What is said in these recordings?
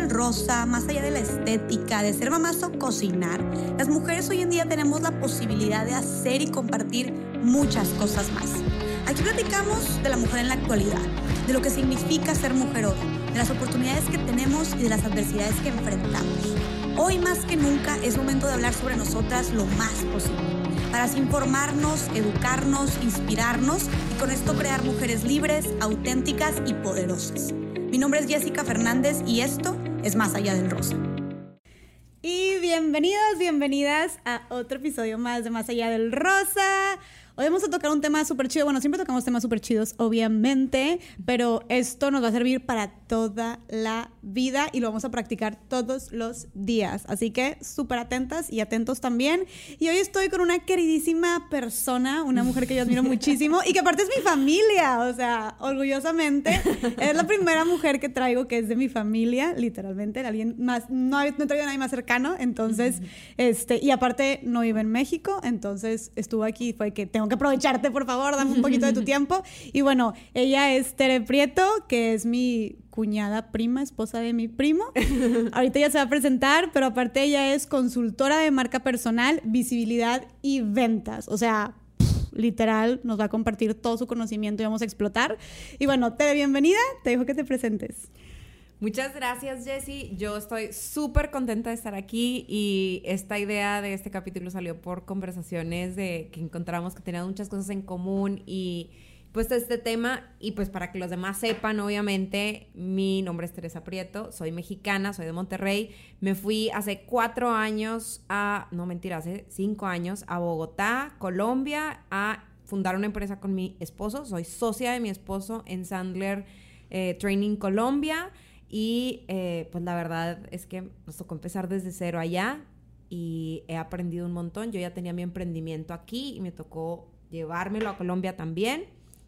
del rosa, más allá de la estética, de ser mamás o cocinar, las mujeres hoy en día tenemos la posibilidad de hacer y compartir muchas cosas más. Aquí platicamos de la mujer en la actualidad, de lo que significa ser mujer hoy, de las oportunidades que tenemos y de las adversidades que enfrentamos. Hoy más que nunca es momento de hablar sobre nosotras lo más posible, para así informarnos, educarnos, inspirarnos y con esto crear mujeres libres, auténticas y poderosas. Mi nombre es Jessica Fernández y esto es Más Allá del Rosa. Y bienvenidas a otro episodio más de Más Allá del Rosa. Hoy vamos a tocar un tema súper chido. Bueno, siempre tocamos temas súper chidos, obviamente, pero esto nos va a servir para toda la vida y lo vamos a practicar todos los días. Así que súper atentas y atentos también. Y hoy estoy con una queridísima persona, una mujer que yo admiro muchísimo y que aparte es mi familia. O sea, orgullosamente, es la primera mujer que traigo que es de mi familia, literalmente. Alguien más, no he traído a nadie más cercano, entonces, y aparte no vive en México, entonces estuvo aquí y fue que tengo que aprovecharte, por favor, dame un poquito de tu tiempo. Y bueno, ella es Tere Prieto, que es mi cuñada prima, esposa de mi primo. Ahorita ella se va a presentar, pero aparte ella es consultora de marca personal, visibilidad y ventas. O sea, literal, nos va a compartir todo su conocimiento y vamos a explotar. Y bueno, Tere, bienvenida. Te dejo que te presentes. Muchas gracias, Jessie. Yo estoy súper contenta de estar aquí y esta idea de este capítulo salió por conversaciones de que encontramos que teníamos muchas cosas en común y pues este tema, y pues para que los demás sepan, obviamente, mi nombre es Teresa Prieto, soy mexicana, soy de Monterrey. Me fui hace 4 años hace 5 años a Bogotá, Colombia, a fundar una empresa con mi esposo. Soy socia de mi esposo en Sandler Training Colombia. Y pues la verdad es que nos tocó empezar desde cero allá y he aprendido un montón. Yo ya tenía mi emprendimiento aquí y me tocó llevármelo a Colombia también.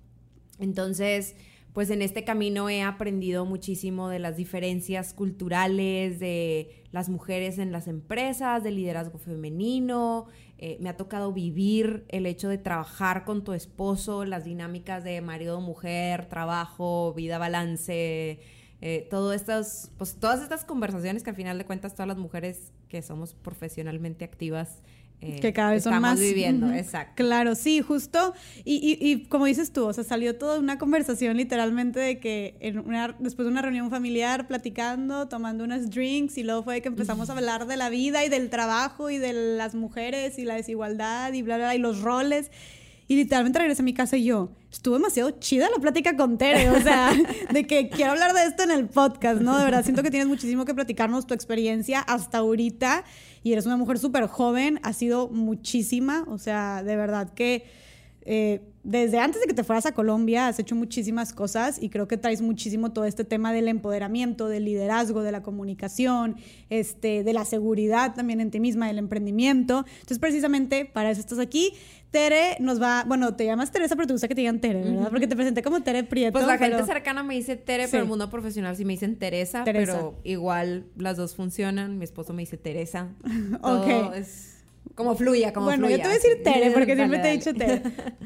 Entonces, pues en este camino he aprendido muchísimo de las diferencias culturales, de las mujeres en las empresas, del liderazgo femenino. Me ha tocado vivir el hecho de trabajar con tu esposo, las dinámicas de marido-mujer, trabajo, vida, balance. Todas estas conversaciones que al final de cuentas todas las mujeres que somos profesionalmente activijas que cada vez son más viviendo. Exacto. Claro, sí, justo. Y como dices tú, o sea, salió toda una conversación literalmente de que después de una reunión familiar, platicando, tomando unos drinks, y luego fue que empezamos a hablar de la vida y del trabajo y de las mujeres y la desigualdad y bla, bla, bla, y los roles. Y literalmente regresé a mi casa y yo, estuvo demasiado chida la plática con Tere, o sea, de que quiero hablar de esto en el podcast, ¿no? De verdad, siento que tienes muchísimo que platicarnos, tu experiencia hasta ahorita, y eres una mujer súper joven, ha sido muchísima, o sea, de verdad que desde antes de que te fueras a Colombia has hecho muchísimas cosas y creo que traes muchísimo todo este tema del empoderamiento, del liderazgo, de la comunicación, de la seguridad también en ti misma, del emprendimiento. Entonces, precisamente para eso estás aquí. Tere te llamas Teresa, pero te gusta que te digan Tere, ¿verdad? Porque te presenté como Tere Prieto. Pues la gente cercana me dice Tere, sí. Pero el mundo profesional sí me dicen Teresa, pero igual las dos funcionan. Mi esposo me dice Teresa. Todo es como fluya, Bueno, yo te voy a decir Tere, porque siempre te he dicho Tere.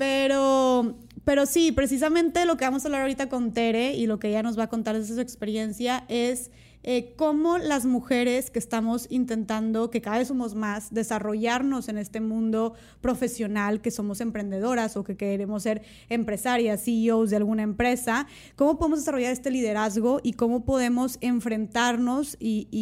Pero sí, precisamente lo que vamos a hablar ahorita con Tere y lo que ella nos va a contar desde su experiencia es cómo las mujeres que estamos intentando, que cada vez somos más, desarrollarnos en este mundo profesional, que somos emprendedoras o que queremos ser empresarias, CEOs de alguna empresa, cómo podemos desarrollar este liderazgo y cómo podemos enfrentarnos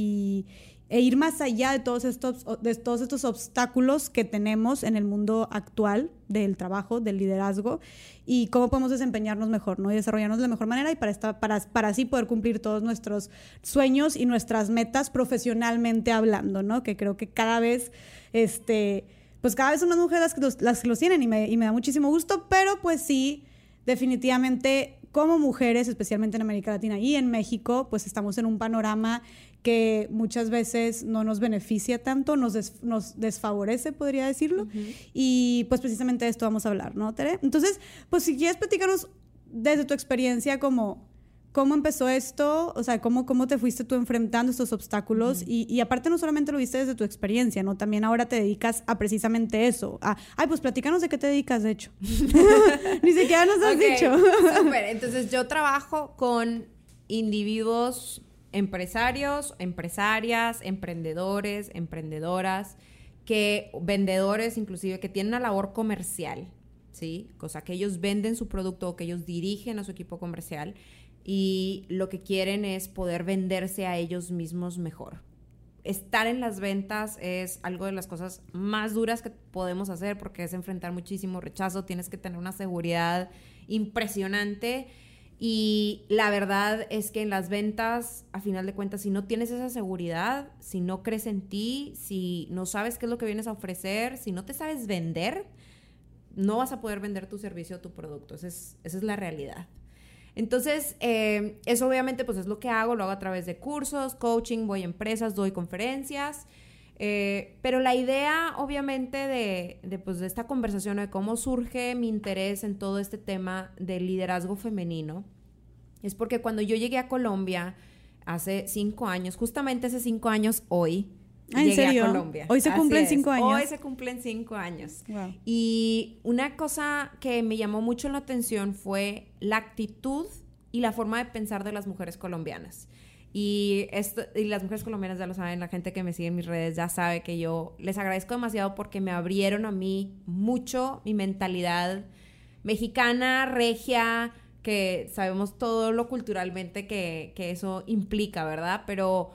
e ir más allá de todos estos obstáculos que tenemos en el mundo actual del trabajo, del liderazgo, y cómo podemos desempeñarnos mejor, ¿no? Y desarrollarnos de la mejor manera y para así poder cumplir todos nuestros sueños y nuestras metas profesionalmente hablando, ¿no? Que creo que cada vez, pues cada vez son más mujeres las que los tienen y me da muchísimo gusto, pero pues sí, definitivamente como mujeres, especialmente en América Latina y en México, pues estamos en un panorama que muchas veces no nos beneficia tanto, nos desfavorece, podría decirlo. Uh-huh. Y pues precisamente de esto vamos a hablar, ¿no, Tere? Entonces, pues si quieres platicarnos desde tu experiencia cómo empezó esto, o sea, cómo te fuiste tú enfrentando estos obstáculos. Uh-huh. y aparte no solamente lo viste desde tu experiencia, ¿no? También ahora te dedicas a precisamente eso. Pues platícanos de qué te dedicas, de hecho. Ni siquiera nos has dicho. Súper. Entonces yo trabajo con individuos empresarios, empresarias, emprendedores, emprendedoras, vendedores inclusive, que tienen una labor comercial, ¿sí? O sea, que ellos venden su producto o que ellos dirigen a su equipo comercial y lo que quieren es poder venderse a ellos mismos mejor. Estar en las ventas es algo de las cosas más duras que podemos hacer porque es enfrentar muchísimo rechazo, tienes que tener una seguridad impresionante y la verdad es que en las ventas, a final de cuentas, si no tienes esa seguridad, si no crees en ti, si no sabes qué es lo que vienes a ofrecer, si no te sabes vender, no vas a poder vender tu servicio o tu producto. Esa es la realidad. Entonces, eso obviamente pues es lo que hago, lo hago a través de cursos, coaching, voy a empresas, doy conferencias, pero la idea obviamente de esta conversación, de cómo surge mi interés en todo este tema del liderazgo femenino, es porque cuando yo llegué a Colombia hace 5 años, justamente hace 5 años hoy, llegué a Colombia. Hoy se cumplen 5 años. Hoy se cumplen 5 años. Wow. Y una cosa que me llamó mucho la atención fue la actitud y la forma de pensar de las mujeres colombianas. Y las mujeres colombianas ya lo saben, la gente que me sigue en mis redes ya sabe que yo les agradezco demasiado porque me abrieron a mí mucho mi mentalidad mexicana, regia, que sabemos todo lo culturalmente que eso implica, ¿verdad? Pero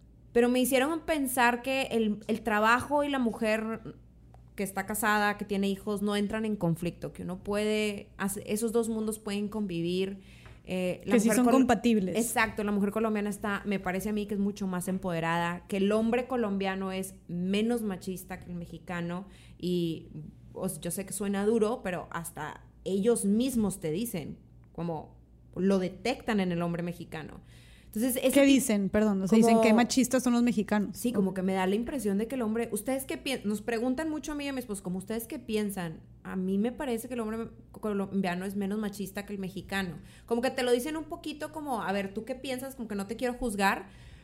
me hicieron pensar que el trabajo y la mujer que está casada, que tiene hijos, no entran en conflicto, que uno puede, esos dos mundos pueden convivir. Que sí son compatibles. Exacto, la mujer colombiana me parece a mí que es mucho más empoderada, que el hombre colombiano es menos machista que el mexicano y yo sé que suena duro, pero hasta ellos mismos te dicen, como lo detectan en el hombre mexicano. Entonces, ¿qué dicen? Perdón, dicen que machistas son los mexicanos. Sí, como que me da la impresión de que el hombre... ¿Ustedes qué piensan? Nos preguntan mucho a mí y a mi esposo, como ¿ustedes qué piensan? A mí me parece que el hombre colombiano es menos machista que el mexicano. Como que te lo dicen un poquito como, a ver, ¿tú qué piensas? Como que no te quiero juzgar.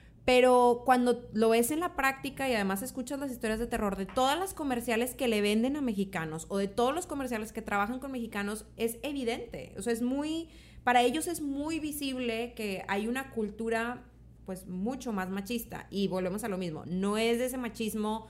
Pero cuando lo ves en la práctica y además escuchas las historias de terror de todas las comerciales que le venden a mexicanos o de todos los comerciales que trabajan con mexicanos, es evidente. O sea, para ellos es muy visible que hay una cultura pues mucho más machista y volvemos a lo mismo, no es de ese machismo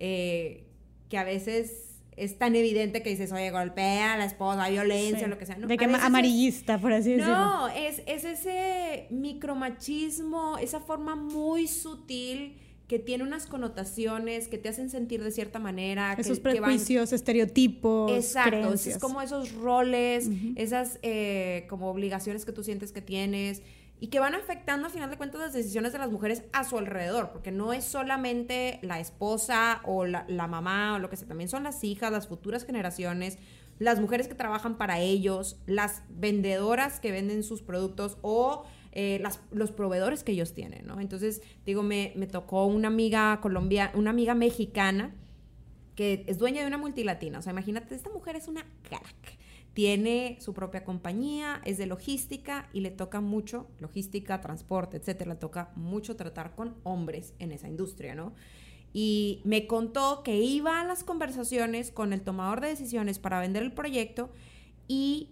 que a veces es tan evidente que dices, oye, golpea a la esposa, hay violencia, lo que sea. No, de que amarillista, por así decirlo. No, es ese micromachismo, esa forma muy sutil que tiene unas connotaciones que te hacen sentir de cierta manera. Esos prejuicios, estereotipos, exacto, creencias. Es como esos roles, esas como obligaciones que tú sientes que tienes y que van afectando, al final de cuentas, las decisiones de las mujeres a su alrededor, porque no es solamente la esposa o la mamá o lo que sea, también son las hijas, las futuras generaciones, las mujeres que trabajan para ellos, las vendedoras que venden sus productos o los proveedores que ellos tienen, ¿no? Entonces, digo, me tocó una amiga mexicana que es dueña de una multilatina. O sea, imagínate, esta mujer es una crack. Tiene su propia compañía, es de logística y le toca mucho, logística, transporte, etcétera, le toca mucho tratar con hombres en esa industria, ¿no? Y me contó que iba a las conversaciones con el tomador de decisiones para vender el proyecto y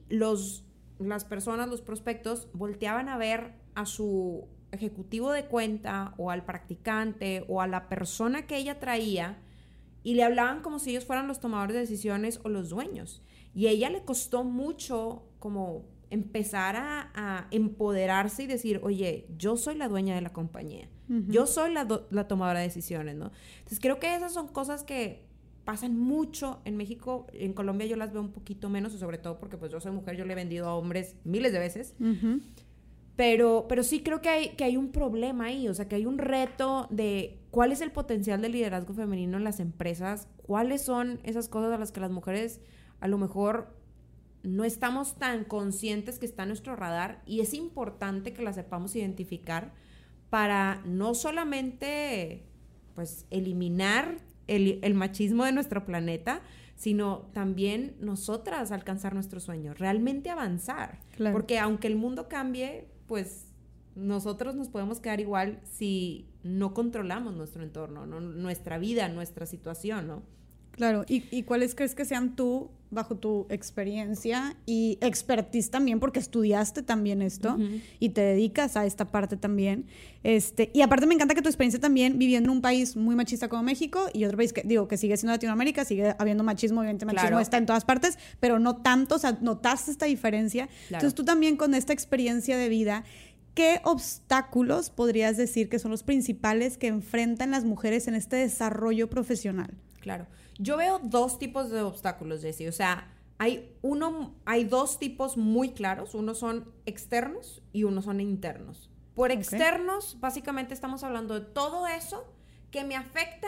las personas, los prospectos, volteaban a ver a su ejecutivo de cuenta o al practicante o a la persona que ella traía y le hablaban como si ellos fueran los tomadores de decisiones o los dueños. Y a ella le costó mucho como empezar a empoderarse y decir, oye, yo soy la dueña de la compañía, yo soy la tomadora de decisiones, ¿no? Entonces creo que esas son cosas que pasan mucho en México. En Colombia yo las veo un poquito menos, sobre todo porque pues yo soy mujer, yo le he vendido a hombres miles de veces. Pero sí creo que hay un problema ahí, o sea, que hay un reto de cuál es el potencial del liderazgo femenino en las empresas, cuáles son esas cosas a las que las mujeres a lo mejor no estamos tan conscientes que está en nuestro radar y es importante que las sepamos identificar para no solamente pues eliminar el machismo de nuestro planeta, sino también nosotras alcanzar nuestros sueños, realmente avanzar. Claro. Porque aunque el mundo cambie, pues nosotros nos podemos quedar igual si no controlamos nuestro entorno, ¿no? Nuestra vida, nuestra situación, ¿no? Claro, ¿y cuáles crees que sean tú bajo tu experiencia y expertise también, porque estudiaste también esto y te dedicas a esta parte también. Y aparte me encanta que tu experiencia también viviendo en un país muy machista como México y otro país que sigue siendo Latinoamérica, sigue habiendo machismo, obviamente machismo está en todas partes, pero no tanto, o sea, notaste esta diferencia. Claro. Entonces tú también con esta experiencia de vida, ¿qué obstáculos podrías decir que son los principales que enfrentan las mujeres en este desarrollo profesional? Claro. Yo veo dos tipos de obstáculos, Jessie. O sea, hay dos tipos muy claros. Uno son externos y uno son internos. Por externos, básicamente estamos hablando de todo eso que me afecta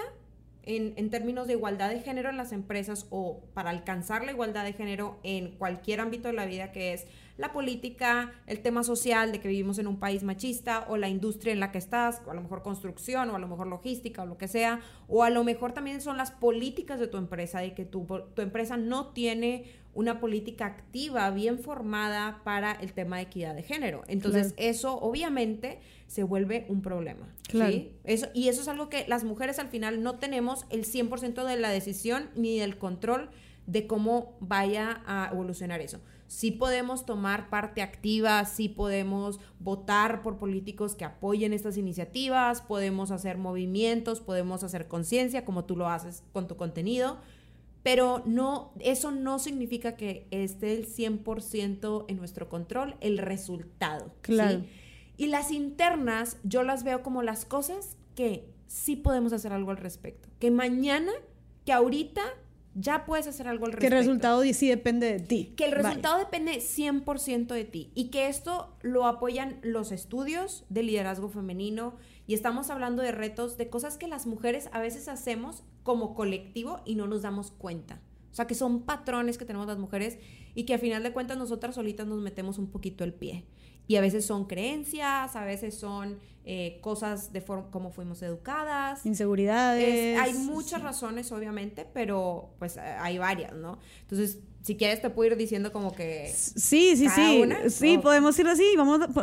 en términos de igualdad de género en las empresas o para alcanzar la igualdad de género en cualquier ámbito de la vida, que es la política, el tema social de que vivimos en un país machista, o la industria en la que estás, o a lo mejor construcción, o a lo mejor logística, o lo que sea, o a lo mejor también son las políticas de tu empresa, de que tu empresa no tiene una política activa, bien formada para el tema de equidad de género. Entonces, eso obviamente se vuelve un problema. Claro. ¿Sí? Eso es algo que las mujeres al final no tenemos el 100% de la decisión ni del control de cómo vaya a evolucionar eso. Sí podemos tomar parte activa, sí podemos votar por políticos que apoyen estas iniciativas, podemos hacer movimientos, podemos hacer conciencia como tú lo haces con tu contenido, pero eso no significa que esté el 100% en nuestro control el resultado. Claro. ¿Sí? Y las internas yo las veo como las cosas que sí podemos hacer algo al respecto. Que mañana, que ahorita ya puedes hacer algo al respecto. Que el resultado sí depende de ti. Que el resultado depende 100% de ti. Y que esto lo apoyan los estudios de liderazgo femenino. Y estamos hablando de retos, de cosas que las mujeres a veces hacemos como colectivo y no nos damos cuenta. O sea, que son patrones que tenemos las mujeres y que a final de cuentas nosotras solitas nos metemos un poquito el pie. Y a veces son creencias, a veces son cosas de cómo fuimos educadas. Inseguridades. Hay muchas razones, obviamente, pero pues hay varias, ¿no? Entonces, si quieres te puedo ir diciendo como que... Sí. Una, sí, podemos ir así.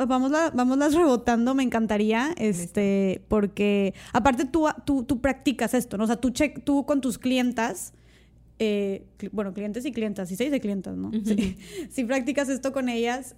Vámonos rebotando, me encantaría. Porque aparte tú practicas esto, ¿no? O sea, tú con tus clientas... clientes y clientas, sí se dice clientas, ¿no? Uh-huh. Sí, practicas esto con ellas,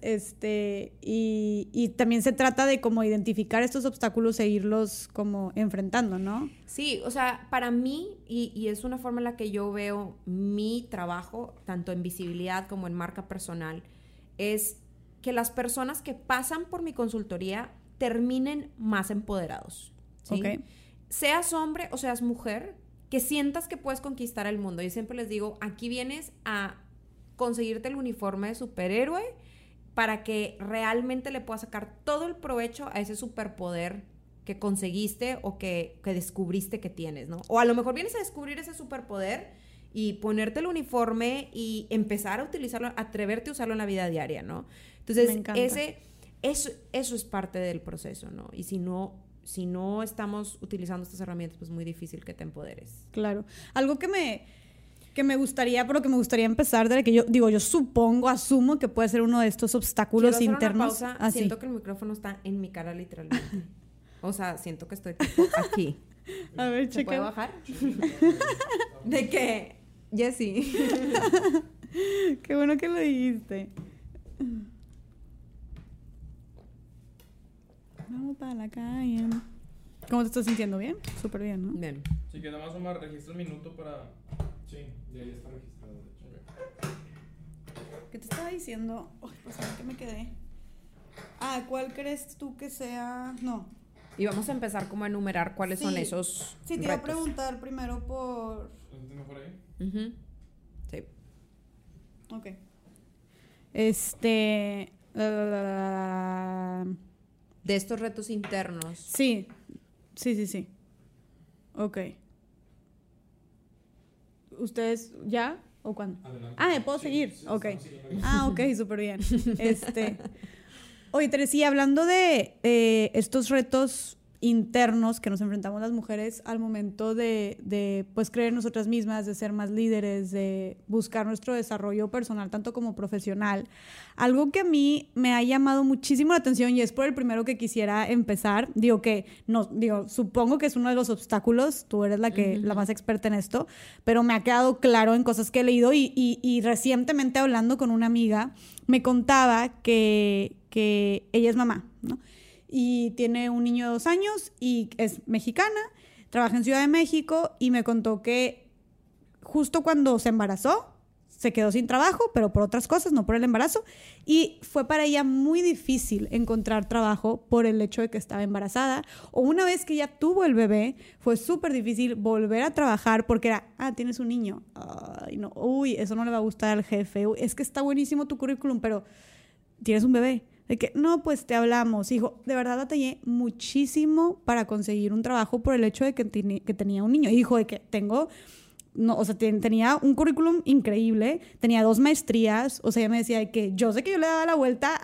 y también se trata de como identificar estos obstáculos e irlos como enfrentando, ¿no? Sí, o sea, para mí, y es una forma en la que yo veo mi trabajo, tanto en visibilidad como en marca personal, es que las personas que pasan por mi consultoría terminen más empoderados, ¿sí? Okay. Seas hombre o seas mujer, que sientas que puedes conquistar el mundo. Yo siempre les digo, aquí vienes a conseguirte el uniforme de superhéroe para que realmente le puedas sacar todo el provecho a ese superpoder que conseguiste o que descubriste que tienes, ¿no? O a lo mejor vienes a descubrir ese superpoder y ponerte el uniforme y empezar a utilizarlo, atreverte a usarlo en la vida diaria, ¿no? Entonces, eso es parte del proceso, ¿no? Y si no estamos utilizando estas herramientas, pues es muy difícil que te empoderes. Claro. Algo que me gustaría empezar, de que yo asumo que puede ser uno de estos obstáculos internos. Quiero hacer una pausa. Siento que el micrófono está en mi cara literalmente. O sea, siento que estoy tipo aquí. A ver, ¿Se puede bajar? ¿De qué? Jessie. Qué bueno que lo dijiste. Vamos para la calle. ¿Cómo te estás sintiendo? ¿Bien? Súper bien, ¿no? Bien. Sí, que nada más Omar registra el minuto para... Sí, ya está registrado, de hecho. ¿Qué te estaba diciendo? Uy, pues a ver qué me quedé. ¿Cuál crees tú que sea...? No. Y vamos a empezar como a enumerar cuáles son esos Sí, te iba a preguntar primero por... ¿Estás mejor ahí? Uh-huh. Sí. Ok. De estos retos internos. Sí. Ok. ¿Ustedes ya o cuándo? Adelante. ¿puedo seguir? Sí, ok. Ok, súper bien. Oye, Teresí, hablando de estos retos internos que nos enfrentamos las mujeres al momento de pues creer en nosotras mismas, de ser más líderes, de buscar nuestro desarrollo personal tanto como profesional. Algo que a mí me ha llamado muchísimo la atención y es por el primero que quisiera empezar, supongo que es uno de los obstáculos, tú eres la más experta en esto, pero me ha quedado claro en cosas que he leído y recientemente hablando con una amiga me contaba que ella es mamá, ¿no? Y tiene un niño de 2 años y es mexicana, trabaja en Ciudad de México y me contó que justo cuando se embarazó, se quedó sin trabajo, pero por otras cosas, no por el embarazo, y fue para ella muy difícil encontrar trabajo por el hecho de que estaba embarazada, o una vez que ya tuvo el bebé, fue súper difícil volver a trabajar porque era, tienes un niño, ay no, uy, eso no le va a gustar al jefe, uy, es que está buenísimo tu currículum, pero tienes un bebé. De que, no, pues te hablamos. Hijo, de verdad batallé muchísimo para conseguir un trabajo por el hecho de que tenía un niño. Hijo, de que tenía un currículum increíble, tenía 2 maestrías, o sea, ella me decía de que yo sé que yo le daba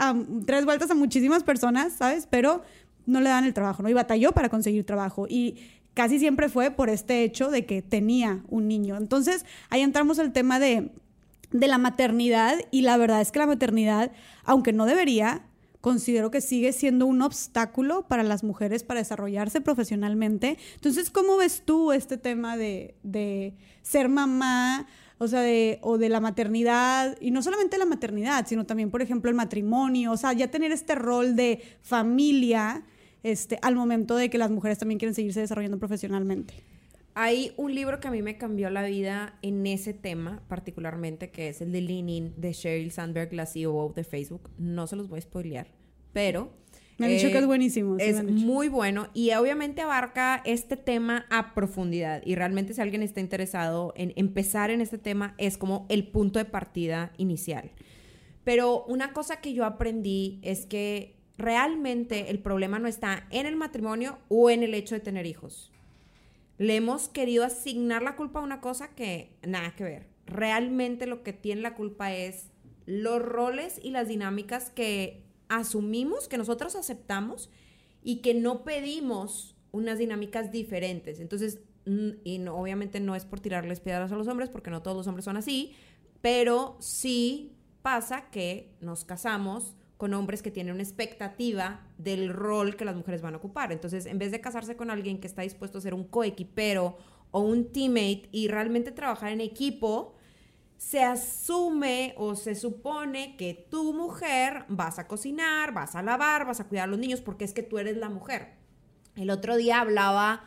3 vueltas a muchísimas personas, ¿sabes? Pero no le dan el trabajo, ¿no? Y batalló para conseguir trabajo. Y casi siempre fue por este hecho de que tenía un niño. Entonces, ahí entramos al tema de la maternidad, y la verdad es que la maternidad, aunque no debería, considero que sigue siendo un obstáculo para las mujeres para desarrollarse profesionalmente. Entonces, ¿cómo ves tú este tema de ser mamá, o sea, o de la maternidad, y no solamente la maternidad, sino también, por ejemplo, el matrimonio, o sea, ya tener este rol de familia al momento de que las mujeres también quieren seguirse desarrollando profesionalmente? Hay un libro que a mí me cambió la vida en ese tema, particularmente, que es el de Lean In, de Sheryl Sandberg, la CEO de Facebook. No se los voy a spoilear, pero... Me han dicho que es buenísimo. Sí, es muy bueno y obviamente abarca este tema a profundidad. Y realmente si alguien está interesado en empezar en este tema, es como el punto de partida inicial. Pero una cosa que yo aprendí es que realmente el problema no está en el matrimonio o en el hecho de tener hijos. Le hemos querido asignar la culpa a una cosa que nada que ver. Realmente lo que tiene la culpa es los roles y las dinámicas que asumimos, que nosotros aceptamos y que no pedimos unas dinámicas diferentes. Entonces, obviamente no es por tirarles piedras a los hombres, porque no todos los hombres son así, pero sí pasa que nos casamos con hombres que tienen una expectativa del rol que las mujeres van a ocupar. Entonces, en vez de casarse con alguien que está dispuesto a ser un coequipero o un teammate y realmente trabajar en equipo, se asume o se supone que tu mujer vas a cocinar, vas a lavar, vas a cuidar a los niños porque es que tú eres la mujer. El otro día hablaba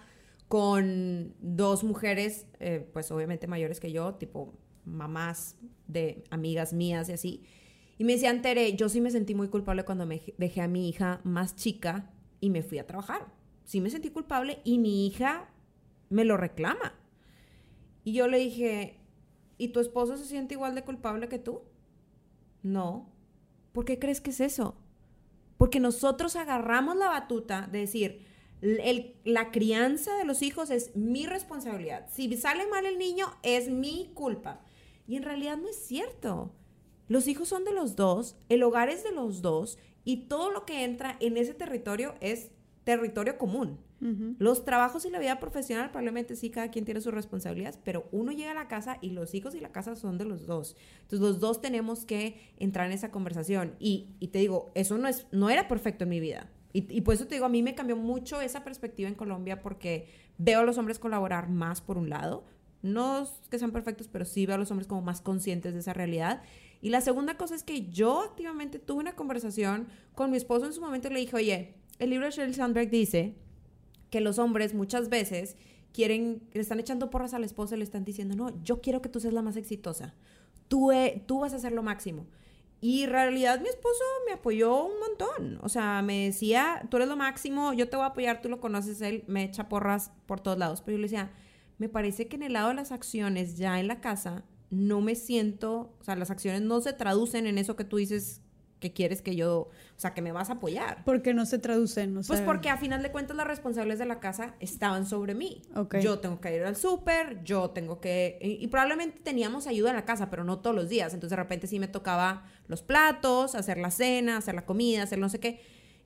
con 2 mujeres, pues obviamente mayores que yo, tipo mamás de amigas mías y así, y me decían, Tere, yo sí me sentí muy culpable cuando me dejé a mi hija más chica y me fui a trabajar. Sí me sentí culpable y mi hija me lo reclama. Y yo le dije, ¿y tu esposo se siente igual de culpable que tú? No. ¿Por qué crees que es eso? Porque nosotros agarramos la batuta de decir, la crianza de los hijos es mi responsabilidad. Si sale mal el niño, es mi culpa. Y en realidad no es cierto. Los hijos son de los dos, el hogar es de los dos y todo lo que entra en ese territorio es territorio común. Uh-huh. Los trabajos y la vida profesional probablemente sí, cada quien tiene sus responsabilidades, pero uno llega a la casa y los hijos y la casa son de los dos. Entonces los dos tenemos que entrar en esa conversación y te digo, eso no era perfecto en mi vida. Y por eso te digo, a mí me cambió mucho esa perspectiva en Colombia porque veo a los hombres colaborar más por un lado. No que sean perfectos, pero sí veo a los hombres como más conscientes de esa realidad. Y la segunda cosa es que yo activamente tuve una conversación con mi esposo en su momento y le dije, oye, el libro de Sheryl Sandberg dice que los hombres muchas veces le están echando porras a la esposa y le están diciendo, no, yo quiero que tú seas la más exitosa. Tú vas a hacer lo máximo. Y en realidad mi esposo me apoyó un montón. O sea, me decía, tú eres lo máximo, yo te voy a apoyar, tú lo conoces, él me echa porras por todos lados. Pero yo le decía, me parece que en el lado de las acciones, ya en la casa, no me siento, o sea, las acciones no se traducen en eso que tú dices que quieres que yo, o sea, que me vas a apoyar. ¿Por qué no se traducen? O sea, pues porque a final de cuentas las responsabilidades de la casa estaban sobre mí. Okay. Yo tengo que ir al súper, yo tengo que... Y probablemente teníamos ayuda en la casa, pero no todos los días. Entonces de repente sí me tocaba los platos, hacer la cena, hacer la comida, hacer no sé qué.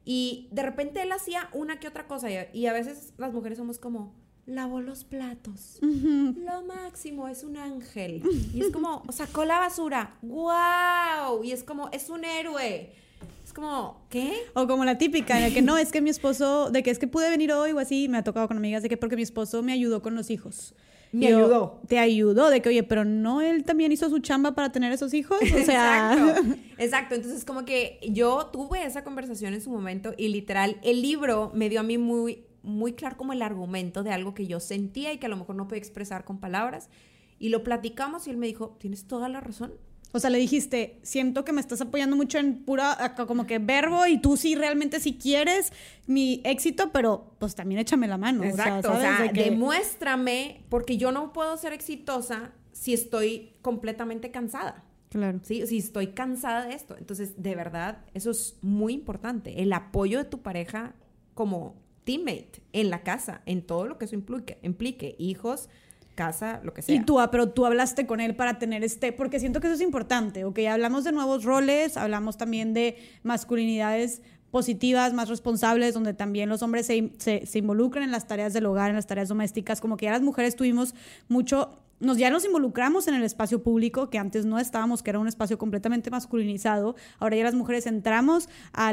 Y de repente él hacía una que otra cosa y a veces las mujeres somos como, lavó los platos, lo máximo, es un ángel. Y es como, sacó la basura, ¡wow! Y es como, es un héroe. Es como, ¿qué? O como la típica, de que no, es que mi esposo, de que es que pude venir hoy o así, me ha tocado con amigas, de que porque mi esposo me ayudó con los hijos. Me ayudó. Te ayudó, de que, oye, pero no, él también hizo su chamba para tener esos hijos, o sea... Exacto, entonces como que yo tuve esa conversación en su momento y literal, el libro me dio a mí muy claro como el argumento de algo que yo sentía y que a lo mejor no podía expresar con palabras, y lo platicamos y él me dijo, tienes toda la razón. O sea, le dijiste, siento que me estás apoyando mucho en pura, como que verbo, y tú sí realmente sí quieres mi éxito, pero pues también échame la mano. Exacto, o sea, demuéstrame, porque yo no puedo ser exitosa si estoy completamente cansada. Claro. ¿Sí? Si estoy cansada de esto. Entonces, de verdad, eso es muy importante. El apoyo de tu pareja como teammate en la casa, en todo lo que eso implique hijos, casa, lo que sea. Pero tú hablaste con él para tener porque siento que eso es importante, ¿ok? Hablamos de nuevos roles, hablamos también de masculinidades positivas, más responsables, donde también los hombres se involucran en las tareas del hogar, en las tareas domésticas, como que ya las mujeres tuvimos mucho... Ya nos involucramos en el espacio público, que antes no estábamos, que era un espacio completamente masculinizado. Ahora ya las mujeres entramos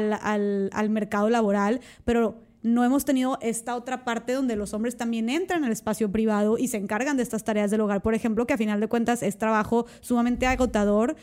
al mercado laboral, pero no hemos tenido esta otra parte donde los hombres también entran al espacio privado y se encargan de estas tareas del hogar, por ejemplo, que a final de cuentas es trabajo sumamente agotador,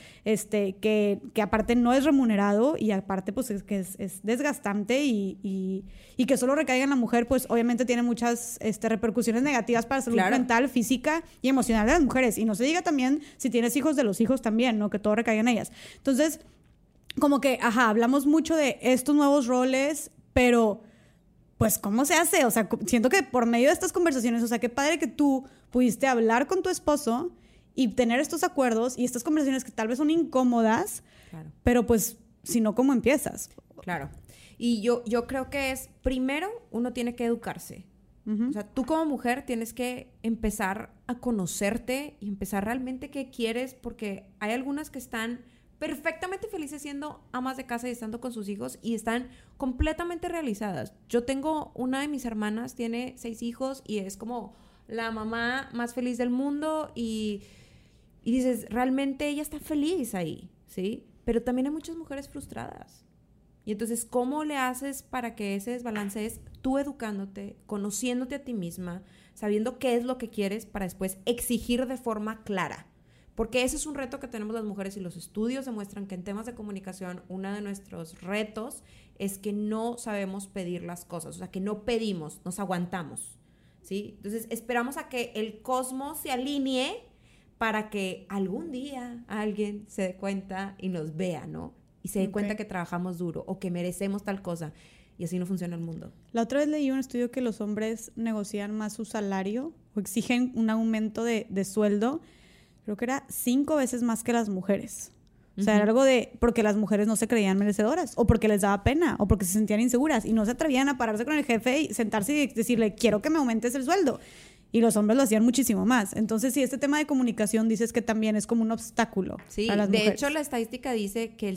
que aparte no es remunerado y aparte pues es desgastante y que solo recaiga en la mujer, pues obviamente tiene muchas repercusiones negativas para la salud mental, física y emocional de las mujeres. Y no se diga también si tienes hijos, de los hijos también, ¿no? Que todo recaiga en ellas. Entonces, como que, hablamos mucho de estos nuevos roles, pero... pues, ¿cómo se hace? O sea, siento que por medio de estas conversaciones, o sea, qué padre que tú pudiste hablar con tu esposo y tener estos acuerdos y estas conversaciones que tal vez son incómodas, claro, pero pues, si no, ¿cómo empiezas? Claro. Y yo creo que primero, uno tiene que educarse. Uh-huh. O sea, tú como mujer tienes que empezar a conocerte y empezar realmente qué quieres, porque hay algunas que están perfectamente felices siendo amas de casa y estando con sus hijos y están completamente realizadas. Yo tengo una de mis hermanas, tiene 6 hijos y es como la mamá más feliz del mundo y dices, realmente ella está feliz ahí, ¿sí? Pero también hay muchas mujeres frustradas. Y entonces, ¿cómo le haces para que ese desbalance es tú educándote, conociéndote a ti misma, sabiendo qué es lo que quieres para después exigir de forma clara? Porque ese es un reto que tenemos las mujeres y los estudios demuestran que en temas de comunicación uno de nuestros retos es que no sabemos pedir las cosas, o sea, que no pedimos, nos aguantamos, ¿sí? Entonces esperamos a que el cosmos se alinee para que algún día alguien se dé cuenta y nos vea, ¿no? Y se dé cuenta que trabajamos duro o que merecemos tal cosa. Y así no funciona el mundo. La otra vez leí un estudio que los hombres negocian más su salario o exigen un aumento de sueldo. Creo que era 5 veces más que las mujeres. O sea, era algo porque las mujeres no se creían merecedoras, o porque les daba pena, o porque se sentían inseguras, y no se atrevían a pararse con el jefe y sentarse y decirle, quiero que me aumentes el sueldo. Y los hombres lo hacían muchísimo más. Entonces, sí, este tema de comunicación dices que también es como un obstáculo a las mujeres. De hecho, la estadística dice que el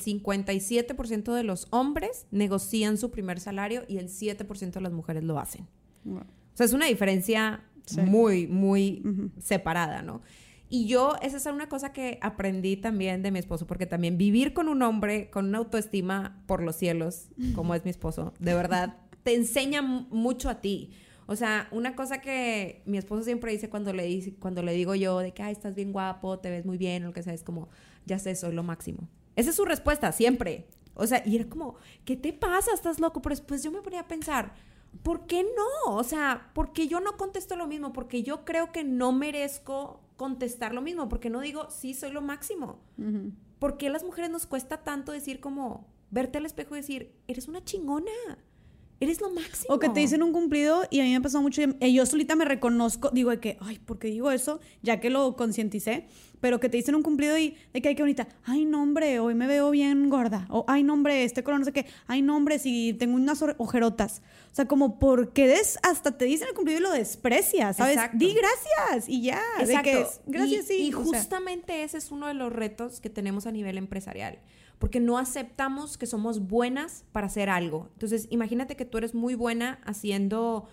57% de los hombres negocian su primer salario y el 7% de las mujeres lo hacen. Wow. O sea, es una diferencia muy, muy separada, ¿no? Y esa es una cosa que aprendí también de mi esposo, porque también vivir con un hombre con una autoestima por los cielos, como es mi esposo, de verdad, te enseña mucho a ti. O sea, una cosa que mi esposo siempre dice cuando le digo yo de que, ay, estás bien guapo, te ves muy bien, o lo que sea, es como, ya sé, soy lo máximo. Esa es su respuesta, siempre. O sea, y era como, ¿qué te pasa? ¿Estás loco? Pero después yo me ponía a pensar, ¿por qué no? O sea, ¿por qué yo no contesto lo mismo? Porque yo creo que no merezco contestar lo mismo, porque no digo, sí, soy lo máximo. Uh-huh. ¿Por qué a las mujeres nos cuesta tanto decir como, verte al espejo y decir, eres una chingona, eres lo máximo? O que te dicen un cumplido, y a mí me ha pasado mucho, yo solita me reconozco, digo de que, ay, ¿por qué digo eso? Ya que lo concienticé, pero que te dicen un cumplido y de que, ay, qué bonita, ay, no, hombre, hoy me veo bien gorda, o ay, no, hombre, este color no sé qué, ay, no, hombre, si tengo unas ojerotas. O sea, como, porque hasta te dicen el cumplido y lo desprecias, ¿sabes? Exacto. Di gracias y ya. Exacto. De que gracias, sí. Y justamente ese es uno de los retos que tenemos a nivel empresarial. porque no aceptamos que somos buenas para hacer algo. Entonces, imagínate que tú eres muy buena haciendo,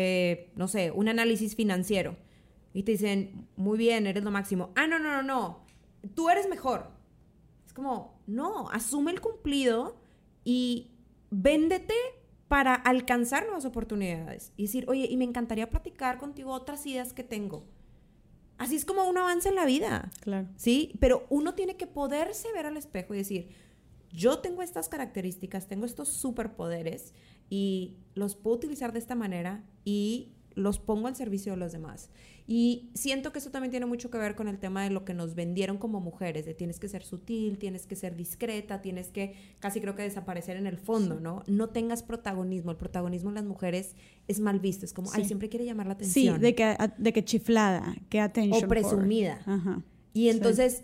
no sé, un análisis financiero. Y te dicen, muy bien, eres lo máximo. No, tú eres mejor. Es como, no, asume el cumplido y véndete para alcanzar nuevas oportunidades. Y decir, oye, y me encantaría platicar contigo otras ideas que tengo. Así es como uno avanza en la vida. Claro. ¿Sí? Pero uno tiene que poderse ver al espejo y decir, yo tengo estas características, tengo estos superpoderes y los puedo utilizar de esta manera y los pongo al servicio de los demás. Y siento que eso también tiene mucho que ver con el tema de lo que nos vendieron como mujeres, de tienes que ser sutil, tienes que ser discreta, tienes que casi creo que desaparecer en el fondo, ¿no? No tengas protagonismo. El protagonismo en las mujeres es mal visto, es como, ay, siempre quiere llamar la atención. Sí, de que chiflada, que attention. O presumida. Ajá. Y entonces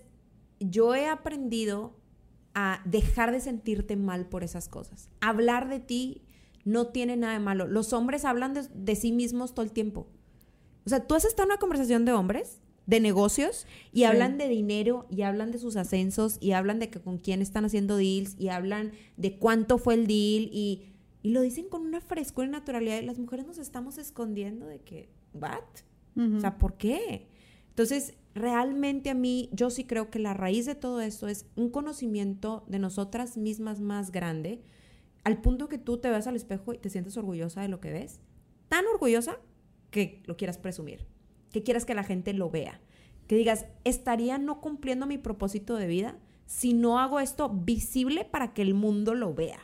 yo he aprendido a dejar de sentirte mal por esas cosas. Hablar de ti no tiene nada de malo. Los hombres hablan de sí mismos todo el tiempo. O sea, tú has estado en una conversación de hombres, de negocios, y hablan de dinero, y hablan de sus ascensos, y hablan de que con quién están haciendo deals, y hablan de cuánto fue el deal, y lo dicen con una frescura y naturalidad. Y las mujeres nos estamos escondiendo de que, ¿what? O sea, ¿por qué? Entonces, realmente a mí, yo sí creo que la raíz de todo esto es un conocimiento de nosotras mismas más grande, al punto que tú te ves al espejo y te sientes orgullosa de lo que ves. Tan orgullosa que lo quieras presumir, que quieras que la gente lo vea, que digas, estaría no cumpliendo mi propósito de vida si no hago esto visible para que el mundo lo vea,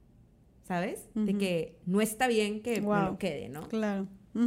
¿sabes? De que no está bien que me lo quede, ¿no? Claro.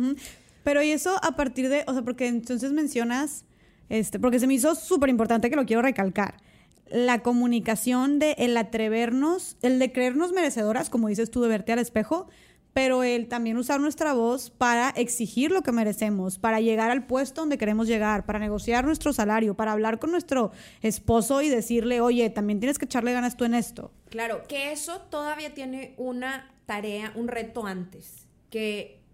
Pero y eso a partir de, o sea, porque entonces mencionas, porque se me hizo súper importante, que lo quiero recalcar, la comunicación de el atrevernos, el de creernos merecedoras, como dices tú, de verte al espejo, pero el también usar nuestra voz para exigir lo que merecemos, para llegar al puesto donde queremos llegar, para negociar nuestro salario, para hablar con nuestro esposo y decirle, oye, también tienes que echarle ganas tú en esto. Claro, que eso todavía tiene una tarea, un reto antes, que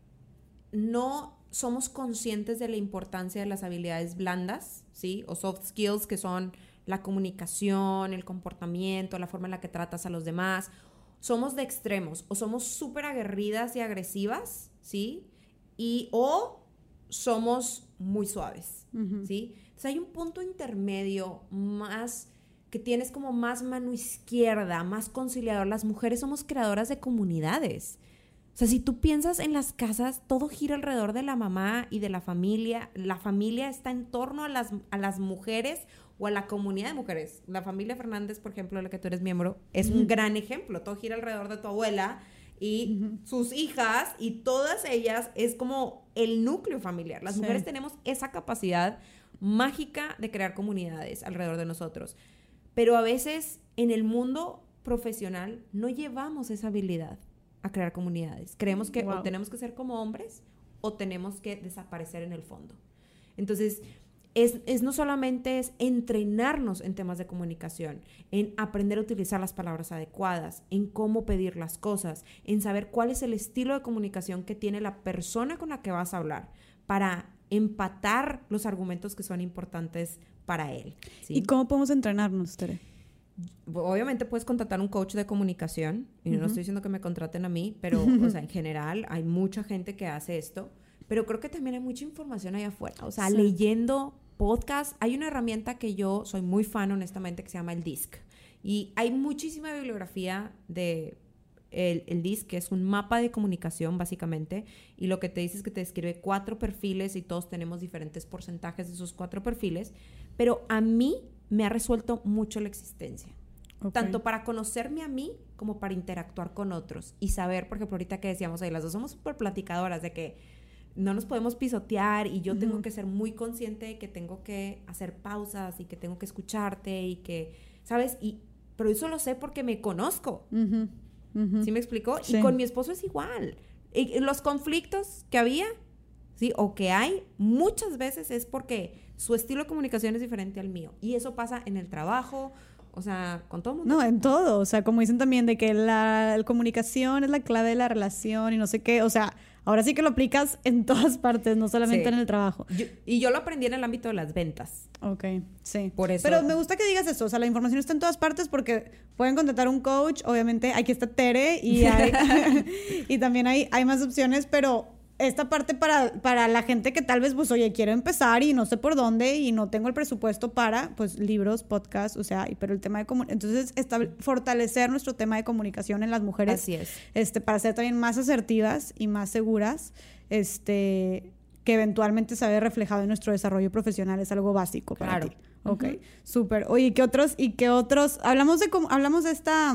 no somos conscientes de la importancia de las habilidades blandas, ¿sí? O soft skills, que son la comunicación, el comportamiento, la forma en la que tratas a los demás. Somos de extremos, o somos súper aguerridas y agresivas, ¿sí? O somos muy suaves, ¿sí? Entonces hay un punto intermedio más, que tienes como más mano izquierda, más conciliador. Las mujeres somos creadoras de comunidades. O sea, si tú piensas en las casas, todo gira alrededor de la mamá y de la familia. La familia está en torno a las mujeres o a la comunidad de mujeres. La familia Fernández, por ejemplo, de la que tú eres miembro, es un gran ejemplo. Todo gira alrededor de tu abuela y sus hijas, y todas ellas es como el núcleo familiar. Las mujeres tenemos esa capacidad mágica de crear comunidades alrededor de nosotros. Pero a veces en el mundo profesional no llevamos esa habilidad a crear comunidades. Creemos que o tenemos que ser como hombres o tenemos que desaparecer en el fondo. Entonces, no solamente es entrenarnos en temas de comunicación, en aprender a utilizar las palabras adecuadas, en cómo pedir las cosas, en saber cuál es el estilo de comunicación que tiene la persona con la que vas a hablar para empatar los argumentos que son importantes para él, ¿sí? ¿Y cómo podemos entrenarnos, Tere? Obviamente puedes contratar un coach de comunicación, y no estoy diciendo que me contraten a mí, pero o sea, en general hay mucha gente que hace esto, pero creo que también hay mucha información allá afuera, o sea, leyendo podcasts. Hay una herramienta que yo soy muy fan, honestamente, que se llama el DISC, y hay muchísima bibliografía de el DISC, que es un mapa de comunicación básicamente, y lo que te dice es que te describe 4 perfiles y todos tenemos diferentes porcentajes de esos 4 perfiles, pero a mí me ha resuelto mucho la existencia. Tanto para conocerme a mí como para interactuar con otros y saber, por ejemplo, ahorita que decíamos, las dos somos súper platicadoras, de que no nos podemos pisotear, y yo tengo que ser muy consciente de que tengo que hacer pausas y que tengo que escucharte y que, ¿sabes? Pero eso lo sé porque me conozco. ¿Sí me explicó? Sí. Y con mi esposo es igual. Y los conflictos que había, ¿sí? O que hay, muchas veces es porque su estilo de comunicación es diferente al mío. Y eso pasa en el trabajo o sea, con todo el mundo. No, en todo. O sea, como dicen también de que la comunicación es la clave de la relación y no sé qué. O sea, ahora sí que lo aplicas en todas partes, no solamente en el trabajo. Yo lo aprendí en el ámbito de las ventas. Ok, sí. Por eso. Pero me gusta que digas eso. O sea, la información está en todas partes porque pueden contratar un coach. Obviamente, aquí está Tere y y también hay más opciones, pero esta parte para la gente que tal vez, pues, oye, quiero empezar y no sé por dónde y no tengo el presupuesto para, pues, libros, podcasts, o sea, pero el tema de entonces, fortalecer nuestro tema de comunicación en las mujeres. Así es. Para ser también más asertivas y más seguras, que eventualmente se ve reflejado en nuestro desarrollo profesional, es algo básico para ti. Ok, súper. Oye, ¿qué otros? Hablamos de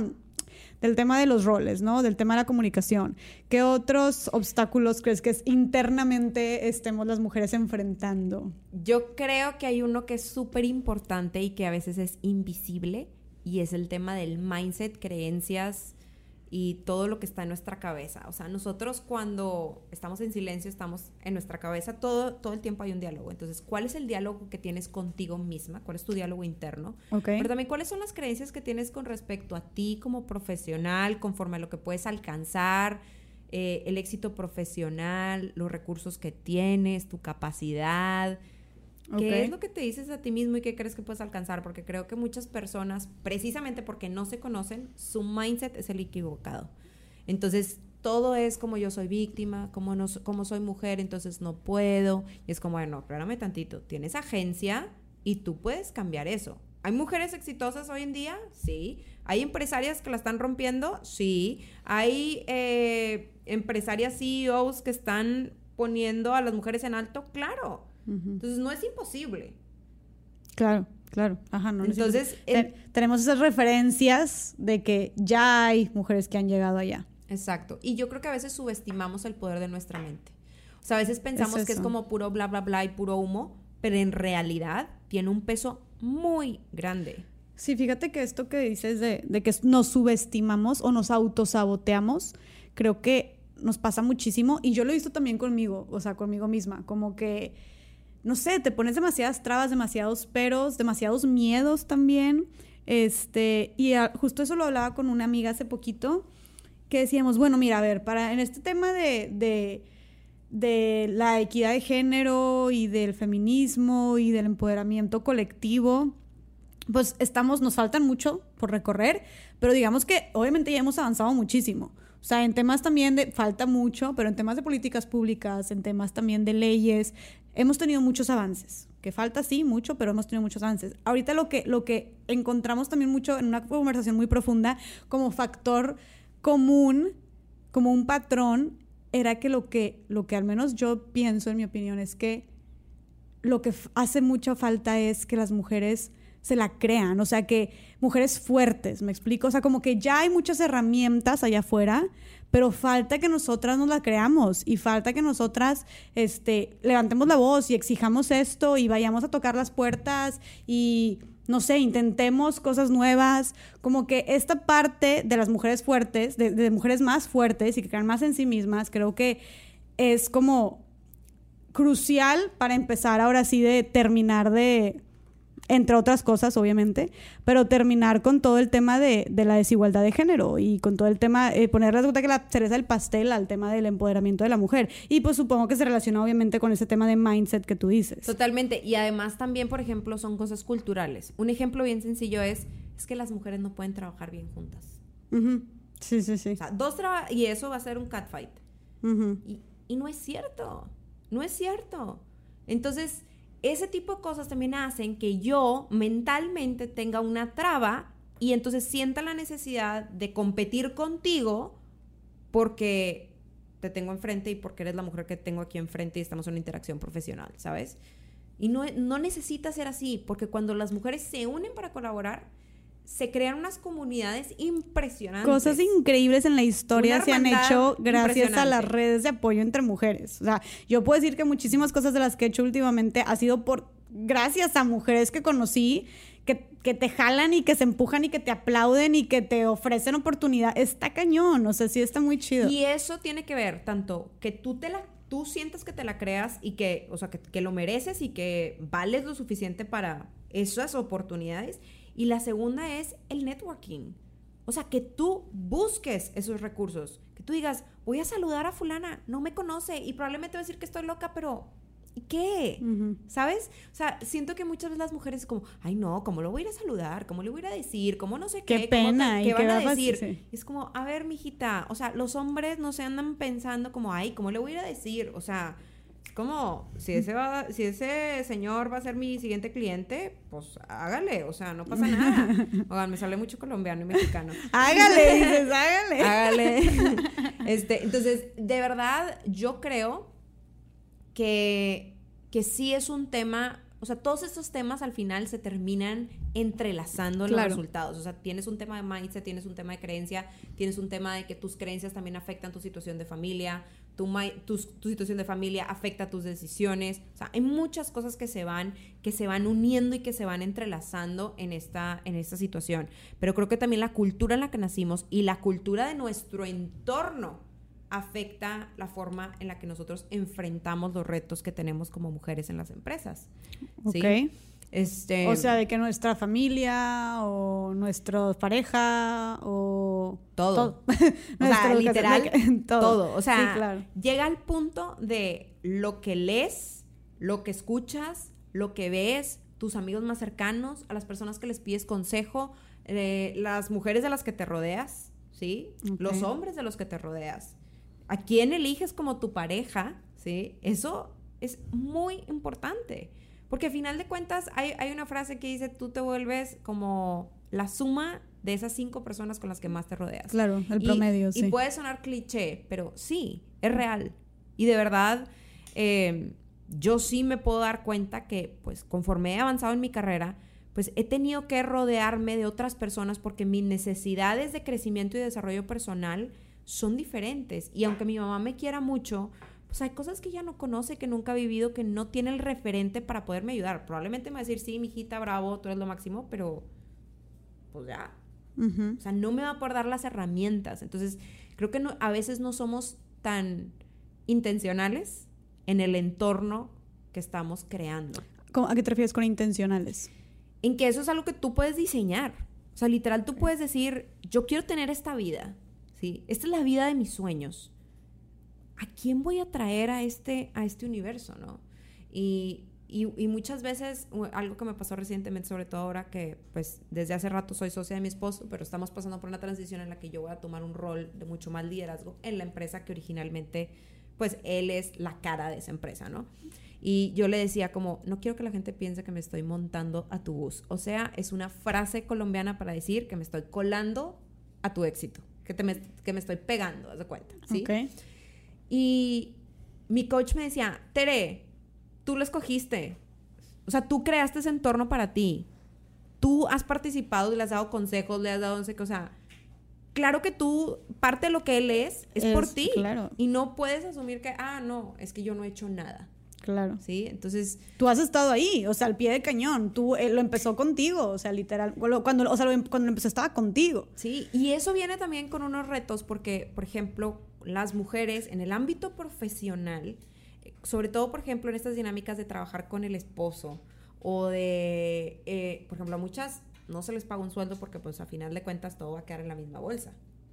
del tema de los roles, ¿no? Del tema de la comunicación. ¿Qué otros obstáculos crees que internamente estemos las mujeres enfrentando? Yo creo que hay uno que es súper importante y que a veces es invisible, y es el tema del mindset, creencias y todo lo que está en nuestra cabeza. O sea, nosotros cuando estamos en silencio, estamos en nuestra cabeza, todo el tiempo hay un diálogo. Entonces, ¿cuál es el diálogo que tienes contigo misma? ¿Cuál es tu diálogo interno? Okay. Pero también, ¿cuáles son las creencias que tienes con respecto a ti como profesional, conforme a lo que puedes alcanzar, el éxito profesional, los recursos que tienes, tu capacidad? ¿Qué es lo que te dices a ti mismo y qué crees que puedes alcanzar? Porque creo que muchas personas, precisamente porque no se conocen, su mindset es el equivocado. Entonces, todo es como yo soy víctima, como soy mujer, entonces no puedo. Y es como, bueno, espérame tantito, tienes agencia y tú puedes cambiar eso. ¿Hay mujeres exitosas hoy en día? Sí. ¿Hay empresarias que la están rompiendo? Sí. ¿Hay empresarias CEOs que están poniendo a las mujeres en alto? Claro. Entonces no es imposible. Claro. Ajá, no. Entonces tenemos esas referencias de que ya hay mujeres que han llegado allá. Exacto. Y yo creo que a veces subestimamos el poder de nuestra mente. O sea, a veces pensamos que es como puro bla, bla, bla y puro humo, pero en realidad tiene un peso muy grande. Sí, fíjate que esto que dices de que nos subestimamos o nos autosaboteamos, creo que nos pasa muchísimo, y yo lo he visto también conmigo, o sea, conmigo misma, como que, no sé, te pones demasiadas trabas, demasiados peros, demasiados miedos también, y justo eso lo hablaba con una amiga hace poquito, que decíamos, bueno, mira, a ver, en este tema de la equidad de género y del feminismo y del empoderamiento colectivo, pues nos faltan mucho por recorrer, pero digamos que obviamente ya hemos avanzado muchísimo. O sea, en temas también falta mucho, pero en temas de políticas públicas, en temas también de leyes, hemos tenido muchos avances. Que falta, sí, mucho, pero hemos tenido muchos avances. Ahorita lo que encontramos también mucho en una conversación muy profunda como factor común, como un patrón, era que lo que al menos yo pienso, en mi opinión, es que lo que hace mucha falta es que las mujeres se la crean, o sea, que mujeres fuertes, ¿me explico? O sea, como que ya hay muchas herramientas allá afuera, pero falta que nosotras nos la creamos y falta que nosotras levantemos la voz y exijamos esto y vayamos a tocar las puertas y, no sé, intentemos cosas nuevas. Como que esta parte de las mujeres fuertes, de mujeres más fuertes y que crean más en sí mismas, creo que es como crucial para empezar ahora sí de terminar entre otras cosas, obviamente, pero terminar con todo el tema de la desigualdad de género y con todo el tema, ponerle cuenta que la cereza del pastel al tema del empoderamiento de la mujer. Y pues supongo que se relaciona obviamente con ese tema de mindset que tú dices. Totalmente. Y además también, por ejemplo, son cosas culturales. Un ejemplo bien sencillo es que las mujeres no pueden trabajar bien juntas. Uh-huh. Sí. O sea, y eso va a ser un catfight. Uh-huh. Y no es cierto. No es cierto. Entonces, ese tipo de cosas también hacen que yo mentalmente tenga una traba y entonces sienta la necesidad de competir contigo porque te tengo enfrente y porque eres la mujer que tengo aquí enfrente y estamos en una interacción profesional, ¿sabes? Y no necesita ser así, porque cuando las mujeres se unen para colaborar, se crean unas comunidades impresionantes. Cosas increíbles en la historia se han hecho gracias a las redes de apoyo entre mujeres. O sea, yo puedo decir que muchísimas cosas de las que he hecho últimamente ha sido gracias a mujeres que conocí, que te jalan y que se empujan y que te aplauden y que te ofrecen oportunidad. Está cañón, o sea, sí está muy chido. Y eso tiene que ver tanto que tú sientas que te la creas y que, o sea, que lo mereces y que vales lo suficiente para esas oportunidades. Y la segunda es el networking. O sea, que tú busques esos recursos. Que tú digas, voy a saludar a fulana, no me conoce y probablemente va a decir que estoy loca, pero ¿y qué? ¿Sabes? O sea, siento que muchas veces las mujeres como, ay no, ¿cómo lo voy a ir a saludar? ¿Cómo le voy a ir a decir? ¿Cómo no sé qué? Qué pena. ¿Qué van a va decir? Sí. Es como, a ver, mijita, o sea, los hombres no se andan pensando como, ay, ¿cómo le voy a ir a decir? O sea, es como, si ese señor va a ser mi siguiente cliente, pues hágale, o sea, no pasa nada. Oigan, me sale mucho colombiano y mexicano. Hágale, dices, hágale. Hágale. Entonces, de verdad, yo creo que sí es un tema, o sea, todos estos temas al final se terminan entrelazando en los resultados. O sea, tienes un tema de mindset, tienes un tema de creencia, tienes un tema de que tus creencias también afectan tu situación de familia, tu situación de familia afecta tus decisiones. O sea, hay muchas cosas que se van uniendo y que se van entrelazando en esta situación. Pero creo que también la cultura en la que nacimos y la cultura de nuestro entorno afecta la forma en la que nosotros enfrentamos los retos que tenemos como mujeres en las empresas. ¿Sí? Ok. O sea, de que nuestra familia o nuestra pareja o... Todo. O sea, literal, todo. O sea, sí, claro. Llega al punto de lo que lees, lo que escuchas, lo que ves, tus amigos más cercanos, a las personas que les pides consejo, las mujeres de las que te rodeas, ¿sí? Okay. Los hombres de los que te rodeas. ¿A quién eliges como tu pareja? ¿Sí? Eso es muy importante. Porque al final de cuentas hay una frase que dice, tú te vuelves como la suma de esas 5 personas con las que más te rodeas. Claro, el promedio, sí. Y puede sonar cliché, pero sí, es real. Y de verdad, yo sí me puedo dar cuenta que, pues, conforme he avanzado en mi carrera, pues he tenido que rodearme de otras personas porque mis necesidades de crecimiento y desarrollo personal son diferentes. Y aunque mi mamá me quiera mucho, pues hay cosas que ella no conoce, que nunca ha vivido, que no tiene el referente para poderme ayudar. Probablemente me va a decir, sí, mijita, bravo, tú eres lo máximo, pero pues ya. O sea, no me va a poder dar las herramientas. Entonces, creo que a veces no somos tan intencionales en el entorno que estamos creando. ¿A qué te refieres con intencionales? En que eso es algo que tú puedes diseñar. O sea, literal, tú puedes decir, yo quiero tener esta vida, ¿sí? Esta es la vida de mis sueños. ¿A quién voy a traer a este universo, no? Y muchas veces, algo que me pasó recientemente, sobre todo ahora que, pues, desde hace rato soy socia de mi esposo, pero estamos pasando por una transición en la que yo voy a tomar un rol de mucho más liderazgo en la empresa que originalmente, pues, él es la cara de esa empresa, ¿no? Y yo le decía como, no quiero que la gente piense que me estoy montando a tu bus. O sea, es una frase colombiana para decir que me estoy colando a tu éxito, que me estoy pegando, haz de cuenta, ¿sí? Okay. Y mi coach me decía, Tere, tú lo escogiste. O sea, tú creaste ese entorno para ti. Tú has participado y le has dado consejos, le has dado no sé qué, o sea, claro que tú, parte de lo que él es por ti. Claro. Y no puedes asumir que, no, es que yo no he hecho nada. Claro. Sí, entonces... Tú has estado ahí, o sea, al pie del cañón. Tú, lo empezó contigo, o sea, literal. Cuando lo empezó estaba contigo. Sí, y eso viene también con unos retos porque, por ejemplo, las mujeres en el ámbito profesional, sobre todo, por ejemplo, en estas dinámicas de trabajar con el esposo o de, por ejemplo, a muchas no se les paga un sueldo porque, pues, a final de cuentas todo va a quedar en la misma bolsa.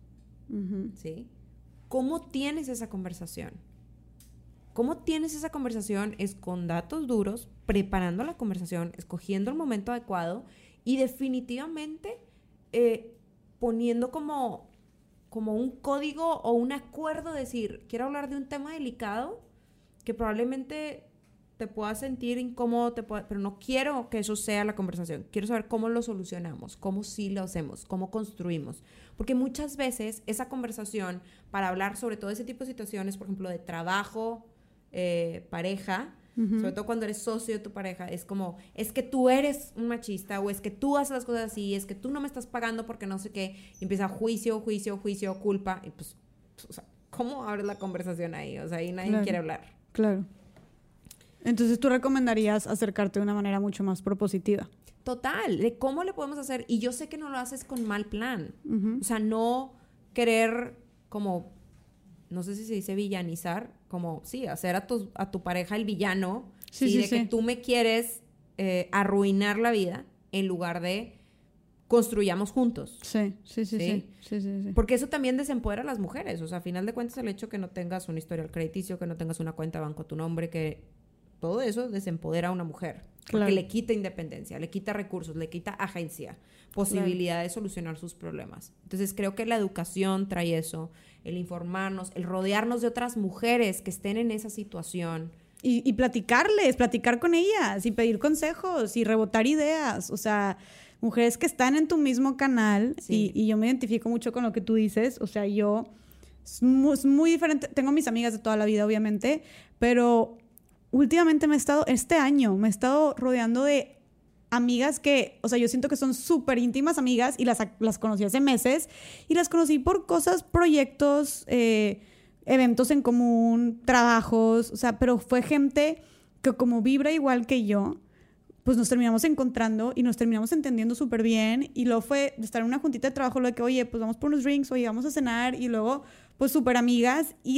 ¿Sí? ¿Cómo tienes esa conversación? ¿Cómo tienes esa conversación? Es con datos duros, preparando la conversación, escogiendo el momento adecuado y definitivamente poniendo como un código o un acuerdo, decir, quiero hablar de un tema delicado que probablemente te pueda sentir incómodo, pero no quiero que eso sea la conversación. Quiero saber cómo lo solucionamos, cómo sí lo hacemos, cómo construimos. Porque muchas veces esa conversación para hablar sobre todo ese tipo de situaciones, por ejemplo, de trabajo, pareja, sobre todo cuando eres socio de tu pareja, es como, es que tú eres un machista o es que tú haces las cosas así, es que tú no me estás pagando porque no sé qué, y empieza juicio, culpa, y pues, o sea, ¿cómo abres la conversación ahí? O sea, ahí nadie quiere hablar. Claro. Entonces, ¿tú recomendarías acercarte de una manera mucho más propositiva? Total, de cómo le podemos hacer, y yo sé que no lo haces con mal plan, o sea, no querer como, no sé si se dice villanizar, como, sí, hacer a tu pareja el villano, que tú me quieres arruinar la vida, en lugar de, construyamos juntos. Sí. Porque eso también desempodera a las mujeres. O sea, a final de cuentas, el hecho que no tengas un historial crediticio, que no tengas una cuenta de banco a tu nombre, que todo eso desempodera a una mujer. Porque Claro. le quita independencia, le quita recursos, le quita agencia, posibilidad de solucionar sus problemas. Entonces, creo que la educación trae eso, el informarnos, el rodearnos de otras mujeres que estén en esa situación. Y platicar con ellas y pedir consejos y rebotar ideas. O sea, mujeres que están en tu mismo canal y yo me identifico mucho con lo que tú dices. O sea, yo es muy diferente. Tengo mis amigas de toda la vida, obviamente, pero últimamente este año me he estado rodeando de amigas que, o sea, yo siento que son súper íntimas amigas y las conocí hace meses y las conocí por cosas, proyectos, eventos en común, trabajos, o sea, pero fue gente que como vibra igual que yo, pues nos terminamos encontrando y nos terminamos entendiendo súper bien y luego fue de estar en una juntita de trabajo lo de que, oye, pues vamos por unos drinks, oye, vamos a cenar y luego pues súper amigas y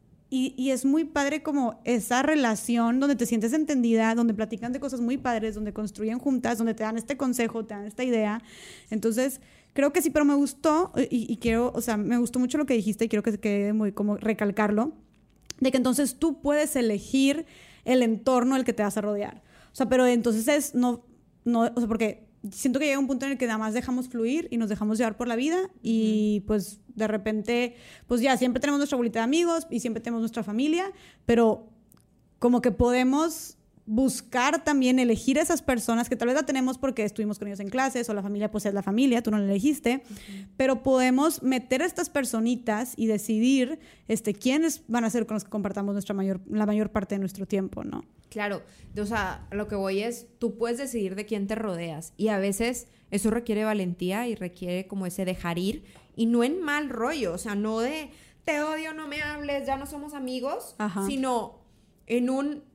es muy padre como esa relación donde te sientes entendida, donde platican de cosas muy padres, donde construyen juntas, donde te dan este consejo, te dan esta idea. Entonces, creo que sí, pero me gustó y quiero, o sea, me gustó mucho lo que dijiste y quiero que se quede muy como recalcarlo, de que entonces tú puedes elegir el entorno al que te vas a rodear. O sea, pero entonces no, o sea, porque siento que llega un punto en el que nada más dejamos fluir y nos dejamos llevar por la vida y pues de repente, pues ya siempre tenemos nuestra bolita de amigos y siempre tenemos nuestra familia, pero como que podemos buscar también elegir esas personas que tal vez la tenemos porque estuvimos con ellos en clases o la familia pues es la familia, tú no la elegiste, pero podemos meter a estas personitas y decidir quiénes van a ser con los que compartamos la mayor parte de nuestro tiempo, ¿no? Claro, o sea, lo que voy es, tú puedes decidir de quién te rodeas y a veces eso requiere valentía y requiere como ese dejar ir y no en mal rollo, o sea, no de te odio, no me hables, ya no somos amigos, sino en un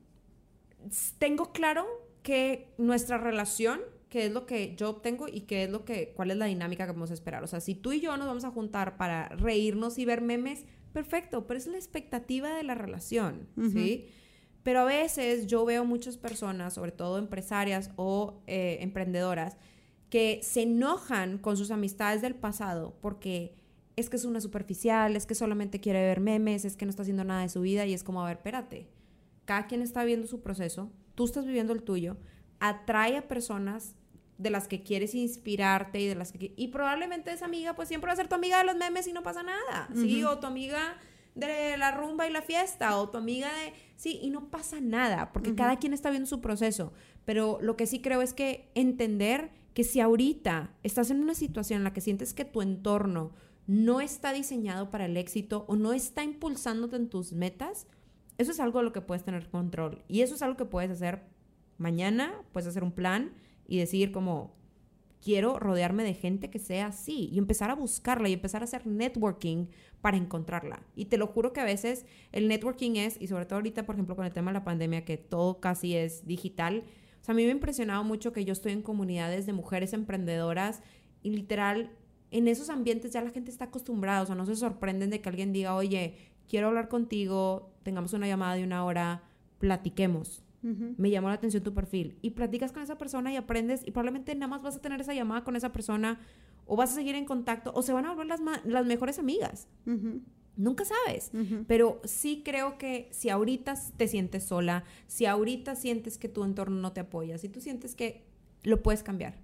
tengo claro que nuestra relación, qué es lo que yo obtengo y cuál es la dinámica que vamos a esperar. O sea, si tú y yo nos vamos a juntar para reírnos y ver memes, perfecto, pero es la expectativa de la relación, ¿sí? Pero a veces yo veo muchas personas, sobre todo empresarias o emprendedoras, que se enojan con sus amistades del pasado porque es que es una superficial, es que solamente quiere ver memes, es que no está haciendo nada de su vida y es como, a ver, espérate. Cada quien está viviendo su proceso, tú estás viviendo el tuyo, atrae a personas de las que quieres inspirarte y probablemente esa amiga pues siempre va a ser tu amiga de los memes y no pasa nada, ¿sí? O tu amiga de la rumba y la fiesta, o tu amiga sí, y no pasa nada, porque cada quien está viendo su proceso, pero lo que sí creo es que entender que si ahorita estás en una situación en la que sientes que tu entorno no está diseñado para el éxito o no está impulsándote en tus metas, eso es algo de lo que puedes tener control. Y eso es algo que puedes hacer mañana. Puedes hacer un plan y decir como, quiero rodearme de gente que sea así. Y empezar a buscarla y empezar a hacer networking para encontrarla. Y te lo juro que a veces el networking y sobre todo ahorita, por ejemplo, con el tema de la pandemia, que todo casi es digital. O sea, a mí me ha impresionado mucho que yo estoy en comunidades de mujeres emprendedoras y literal, en esos ambientes ya la gente está acostumbrada. O sea, no se sorprenden de que alguien diga, oye, quiero hablar contigo, tengamos una llamada de 1 hora, platiquemos. Me llamó la atención tu perfil. Y platicas con esa persona y aprendes y probablemente nada más vas a tener esa llamada con esa persona o vas a seguir en contacto o se van a volver las mejores amigas. Nunca sabes. Pero sí creo que si ahorita te sientes sola, si ahorita sientes que tu entorno no te apoya, si tú sientes que lo puedes cambiar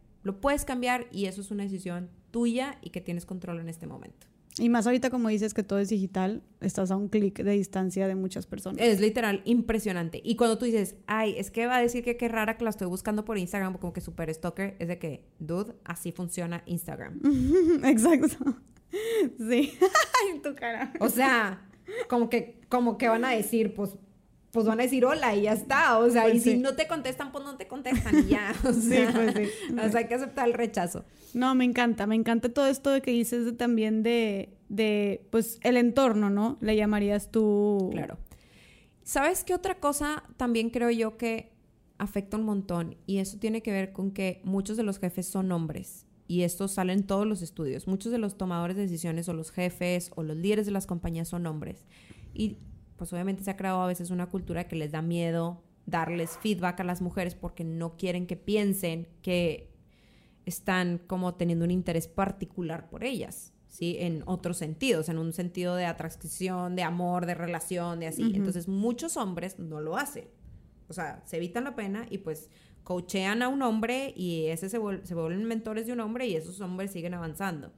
y eso es una decisión tuya y que tienes control en este momento. Y más ahorita, como dices, que todo es digital, estás a un clic de distancia de muchas personas. Es literal impresionante. Y cuando tú dices, ay, es que va a decir que qué rara que la estoy buscando por Instagram, como que super stalker, es de que, dude, así funciona Instagram. Exacto. Sí. En tu cara. O sea, como que van a decir, pues van a decir hola y ya está. O sea, pues y sí. Si no te contestan, pues no te contestan y ya. O sea, sí, pues sí. O sea, hay que aceptar el rechazo. No, me encanta todo esto de que dices también de pues el entorno, ¿no? Le llamarías tú. Claro. ¿Sabes qué otra cosa también creo yo que afecta un montón? Y eso tiene que ver con que muchos de los jefes son hombres. Y esto sale en todos los estudios. Muchos de los tomadores de decisiones o los jefes o los líderes de las compañías son hombres. Y pues obviamente se ha creado a veces una cultura que les da miedo darles feedback a las mujeres porque no quieren que piensen que están como teniendo un interés particular por ellas, ¿sí? En otros sentidos, en un sentido de atracción, de amor, de relación, de así. Ujú. Entonces, muchos hombres no lo hacen. O sea, se evitan la pena y pues coachean a un hombre y ese se vuelven mentores de un hombre y esos hombres siguen avanzando.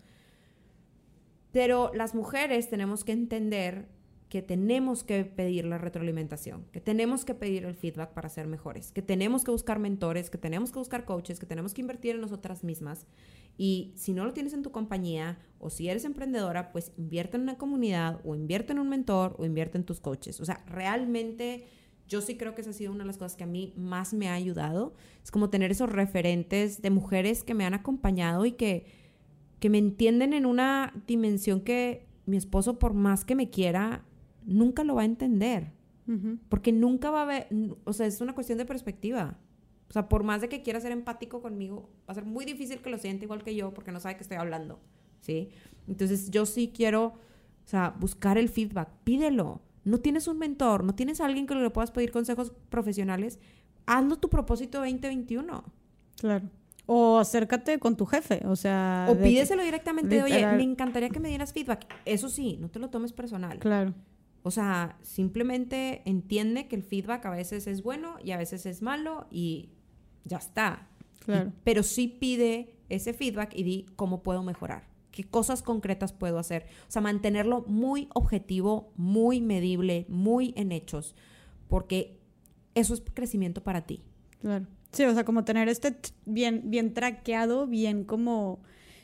Pero las mujeres tenemos que entender que tenemos que pedir la retroalimentación, que tenemos que pedir el feedback para ser mejores, que tenemos que buscar mentores, que tenemos que buscar coaches, que tenemos que invertir en nosotras mismas. Y si no lo tienes en tu compañía o si eres emprendedora, pues invierte en una comunidad o invierte en un mentor o invierte en tus coaches. O sea, realmente yo sí creo que esa ha sido una de las cosas que a mí más me ha ayudado. Es como tener esos referentes de mujeres que me han acompañado y que me entienden en una dimensión que mi esposo, por más que me quiera, nunca lo va a entender. Ujú. Porque nunca va a ver, o sea, es una cuestión de perspectiva. O sea, por más de que quiera ser empático conmigo, va a ser muy difícil que lo sienta igual que yo porque no sabe que estoy hablando, ¿sí? Entonces, yo sí quiero, o sea, buscar el feedback. Pídelo. No tienes un mentor, no tienes a alguien que le puedas pedir consejos profesionales. Hazlo tu propósito 2021. Claro. O acércate con tu jefe, o sea... O de pídeselo directamente de, oye, literal. me encantaría que me dieras feedback. Eso sí, no te lo tomes personal. Claro. O sea, simplemente entiende que el feedback a veces es bueno y a veces es malo y ya está. Claro. Pero sí pide ese feedback y di cómo puedo mejorar, qué cosas concretas puedo hacer. O sea, mantenerlo muy objetivo, muy medible, muy en hechos, porque eso es crecimiento para ti. Claro. Sí, o sea, como tener bien traqueado, bien como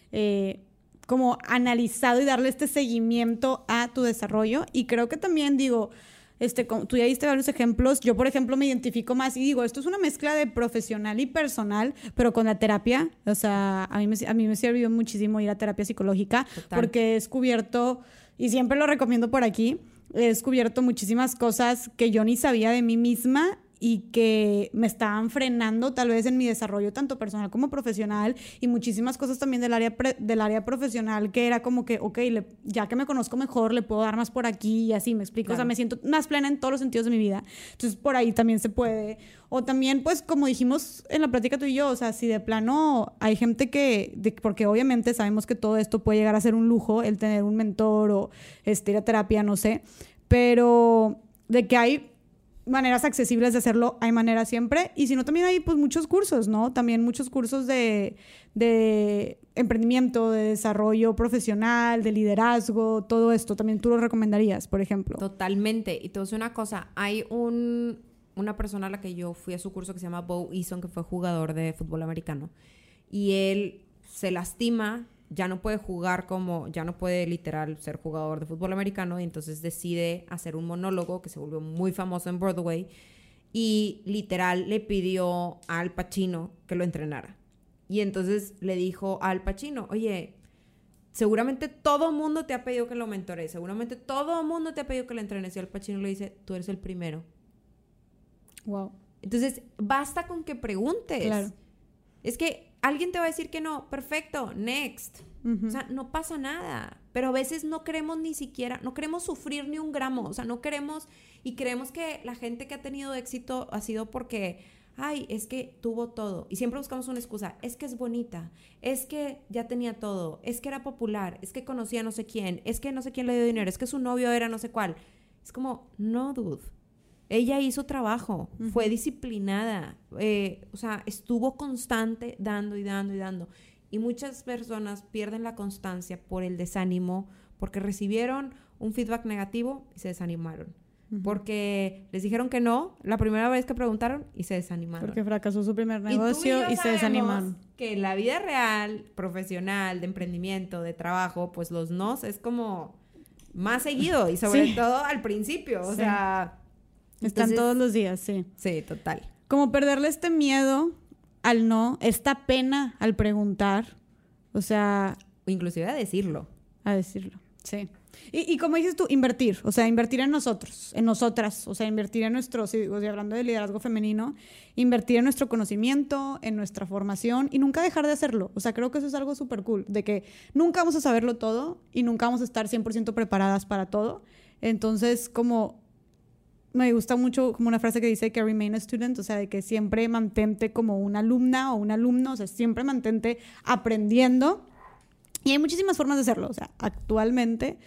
analizado y darle este seguimiento a tu desarrollo. Y creo que también, digo, tú ya diste varios ejemplos. Yo, por ejemplo, me identifico más y digo, esto es una mezcla de profesional y personal, pero con la terapia. O sea, a mí me sirvió muchísimo ir a terapia psicológica. Total. Porque he descubierto, y siempre lo recomiendo por aquí, he descubierto muchísimas cosas que yo ni sabía de mí misma y que me estaban frenando tal vez en mi desarrollo tanto personal como profesional, y muchísimas cosas también del área profesional que era como que, ok, ya que me conozco mejor, le puedo dar más por aquí y así, ¿me explico? Claro. O sea, me siento más plena en todos los sentidos de mi vida. Entonces, por ahí también se puede. O también, pues, como dijimos en la plática tú y yo, o sea, si de plano hay gente porque obviamente sabemos que todo esto puede llegar a ser un lujo, el tener un mentor o ir a terapia, no sé, pero de que hay maneras accesibles de hacerlo, hay maneras siempre. Y si no, también hay pues muchos cursos, ¿no? También muchos cursos de emprendimiento, de desarrollo profesional, de liderazgo, todo esto. También tú lo recomendarías, por ejemplo. Totalmente. Y te voy a decir una cosa, hay una persona a la que yo fui a su curso que se llama Bo Eason, que fue jugador de fútbol americano. Y él se lastima, ya no puede ya no puede literal ser jugador de fútbol americano, y entonces decide hacer un monólogo que se volvió muy famoso en Broadway y literal le pidió a Al Pacino que lo entrenara. Y entonces le dijo a Al Pacino, oye, seguramente todo mundo te ha pedido que lo mentores, seguramente todo mundo te ha pedido que lo entrenes, y Al Pacino le dice, tú eres el primero. Wow. Entonces, basta con que preguntes. Claro. Es que alguien te va a decir que no, perfecto, next. Uh-huh. O sea, no pasa nada. Pero a veces no queremos ni siquiera, no queremos sufrir ni un gramo. O sea, no queremos, y creemos que la gente que ha tenido éxito ha sido porque, ay, es que tuvo todo. Y siempre buscamos una excusa. Es que es bonita, es que ya tenía todo, es que era popular, es que conocía a no sé quién, es que no sé quién le dio dinero, es que su novio era no sé cuál. Es como, no, dude. Ella hizo trabajo, Uh-huh. fue disciplinada, o sea, estuvo constante dando y dando y dando. Y muchas personas pierden la constancia por el desánimo, porque recibieron un feedback negativo y se desanimaron. Uh-huh. Porque les dijeron que no la primera vez que preguntaron y se desanimaron. Porque fracasó su primer negocio y se desanimaron. Que en la vida real, profesional, de emprendimiento, de trabajo, pues los nos es como más seguido y sobre todo al principio, o sea... Están todos los días, sí. Sí, total. Como perderle este miedo al no, esta pena al preguntar, o sea... Inclusive a decirlo. A decirlo, sí. Y como dices tú, invertir, o sea, invertir en nosotros, en nosotras, o sea, invertir en nuestro, o sea, hablando de liderazgo femenino, invertir en nuestro conocimiento, en nuestra formación y nunca dejar de hacerlo. O sea, creo que eso es algo súper cool, de que nunca vamos a saberlo todo y nunca vamos a estar 100% preparadas para todo. Entonces, como... me gusta mucho como una frase que dice que remain a student, o sea, de que siempre mantente como una alumna o un alumno, o sea, siempre mantente aprendiendo. Y hay muchísimas formas de hacerlo, o sea, actualmente,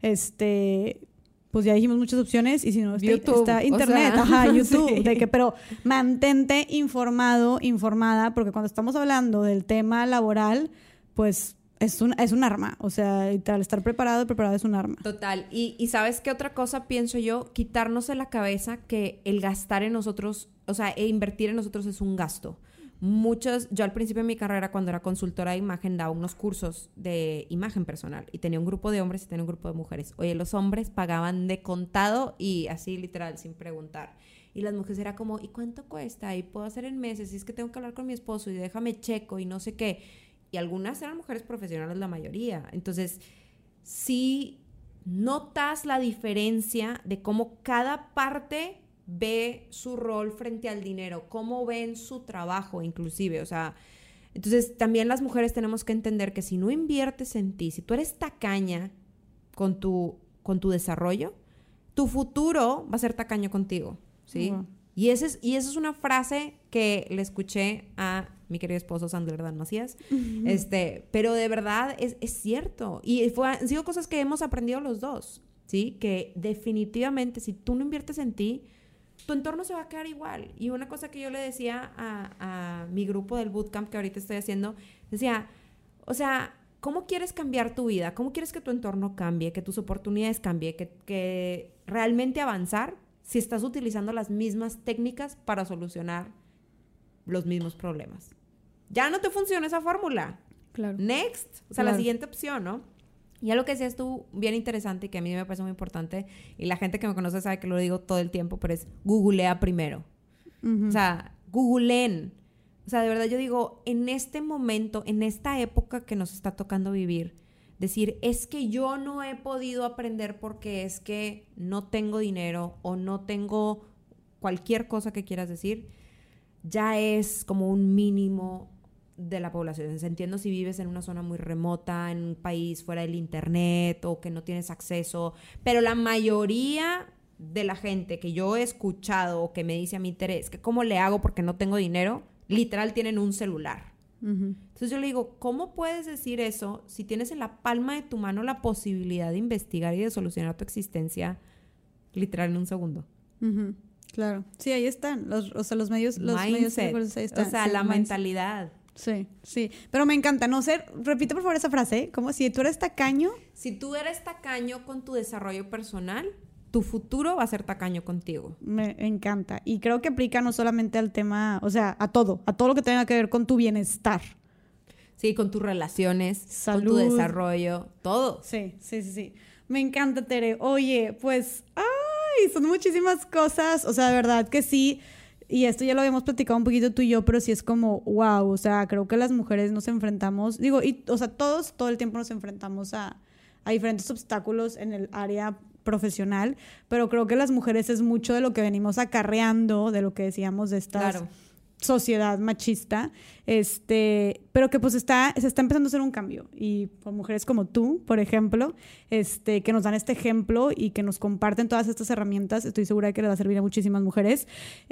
pues ya dijimos muchas opciones y si no, está internet, o sea, YouTube, sí. de que, pero mantente informado, informada, porque cuando estamos hablando del tema laboral, pues es un arma, o sea, al estar preparado es un arma. Total. Y ¿sabes qué otra cosa pienso yo? Quitarnos de la cabeza que el gastar en nosotros, o sea, e invertir en nosotros es un gasto. Yo al principio de mi carrera, cuando era consultora de imagen, daba unos cursos de imagen personal y tenía un grupo de hombres y tenía un grupo de mujeres. Oye, los hombres pagaban de contado y así literal, sin preguntar. Y las mujeres era como, ¿y cuánto cuesta? Y puedo hacer en meses, y es que tengo que hablar con mi esposo y déjame checo y no sé qué. Y algunas eran mujeres profesionales, la mayoría. Entonces, sí notas la diferencia de cómo cada parte ve su rol frente al dinero, cómo ven su trabajo inclusive, o sea, entonces también las mujeres tenemos que entender que si no inviertes en ti, si tú eres tacaña con tu desarrollo, tu futuro va a ser tacaño contigo, ¿sí? Uh-huh. Y esa es una frase que le escuché a mi querido esposo Sandler Dan Macías, uh-huh. Pero de verdad es cierto, y han sido cosas que hemos aprendido los dos, ¿sí? Que definitivamente si tú no inviertes en ti, tu entorno se va a quedar igual. Y una cosa que yo le decía a mi grupo del bootcamp que ahorita estoy haciendo, decía, o sea, ¿cómo quieres cambiar tu vida? ¿Cómo quieres que tu entorno cambie? Que tus oportunidades cambien, que realmente avanzar si estás utilizando las mismas técnicas para solucionar los mismos problemas. Ya no te funciona esa fórmula. Claro. Next. O sea, claro. La siguiente opción, ¿no? Y algo que decías tú bien interesante y que a mí me parece muy importante, y la gente que me conoce sabe que lo digo todo el tiempo, pero es googlea primero. Uh-huh. O sea, googleen. O sea, de verdad yo digo, en este momento, en esta época que nos está tocando vivir, decir, es que yo no he podido aprender porque es que no tengo dinero o no tengo cualquier cosa que quieras decir, ya es como un mínimo de la población. Entiendo si vives en una zona muy remota, en un país fuera del internet o que no tienes acceso, pero la mayoría de la gente que yo he escuchado o que me dice a mí, Teresa, que cómo le hago porque no tengo dinero, literal tienen un celular. Uh-huh. Entonces yo le digo, ¿cómo puedes decir eso si tienes en la palma de tu mano la posibilidad de investigar y de solucionar tu existencia literal en un segundo? Uh-huh. Claro. Sí, ahí están. Los medios ahí están. O sea, sí, la mentalidad. Sí, sí. Pero me encanta. No sé, repite por favor esa frase. ¿Cómo? Si tú eres tacaño. Si tú eres tacaño con tu desarrollo personal, tu futuro va a ser tacaño contigo. Me encanta. Y creo que aplica no solamente al tema, o sea, a todo lo que tenga que ver con tu bienestar. Sí, con tus relaciones, salud, con tu desarrollo, todo. Sí. Me encanta, Tere. Oye, pues, son muchísimas cosas. O sea, de verdad que sí. Y esto ya lo habíamos platicado un poquito tú y yo, pero sí es como, wow, o sea, creo que las mujeres nos enfrentamos, todos todo el tiempo nos enfrentamos a diferentes obstáculos en el área profesional, pero creo que las mujeres es mucho de lo que venimos acarreando, de lo que decíamos de esta sociedad machista, pero que pues se está empezando a hacer un cambio, y por mujeres como tú, por ejemplo, que nos dan este ejemplo y que nos comparten todas estas herramientas, estoy segura de que les va a servir a muchísimas mujeres.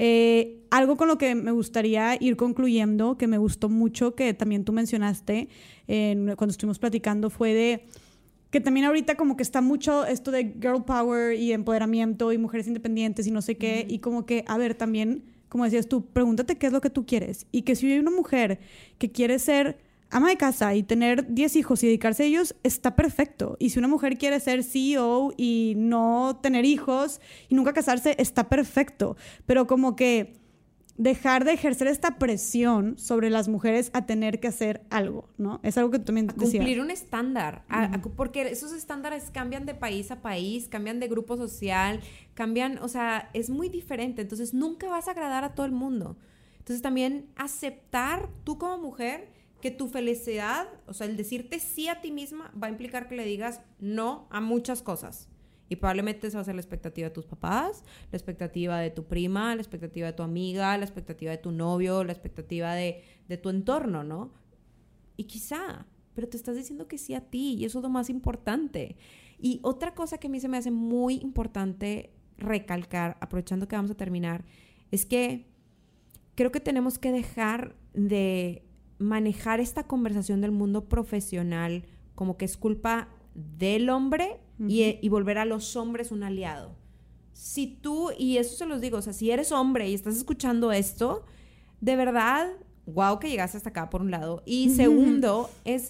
Algo con lo que me gustaría ir concluyendo, que me gustó mucho, que también tú mencionaste cuando estuvimos platicando, fue de que también ahorita como que está mucho esto de girl power y empoderamiento y mujeres independientes y no sé qué, y como que, a ver, también, como decías tú, pregúntate qué es lo que tú quieres, y que si hay una mujer que quiere ser ama de casa y tener 10 hijos y dedicarse a ellos, está perfecto. Y si una mujer quiere ser CEO y no tener hijos y nunca casarse, está perfecto. Pero como que dejar de ejercer esta presión sobre las mujeres a tener que hacer algo, ¿no? Es algo que tú también decías. Cumplir un estándar, porque esos estándares cambian de país a país, cambian de grupo social, cambian, o sea, es muy diferente, entonces nunca vas a agradar a todo el mundo. Entonces también aceptar tú como mujer que tu felicidad, o sea, el decirte sí a ti misma va a implicar que le digas no a muchas cosas. Y probablemente esa va a ser la expectativa de tus papás, la expectativa de tu prima, la expectativa de tu amiga, la expectativa de tu novio, la expectativa de tu entorno, ¿no? Y quizá, pero te estás diciendo que sí a ti, y eso es lo más importante. Y otra cosa que a mí se me hace muy importante recalcar, aprovechando que vamos a terminar, es que creo que tenemos que dejar de manejar esta conversación del mundo profesional como que es culpa del hombre y volver a los hombres un aliado. Si tú, y eso se los digo, o sea, si eres hombre y estás escuchando esto, de verdad, wow que llegaste hasta acá por un lado. Y segundo,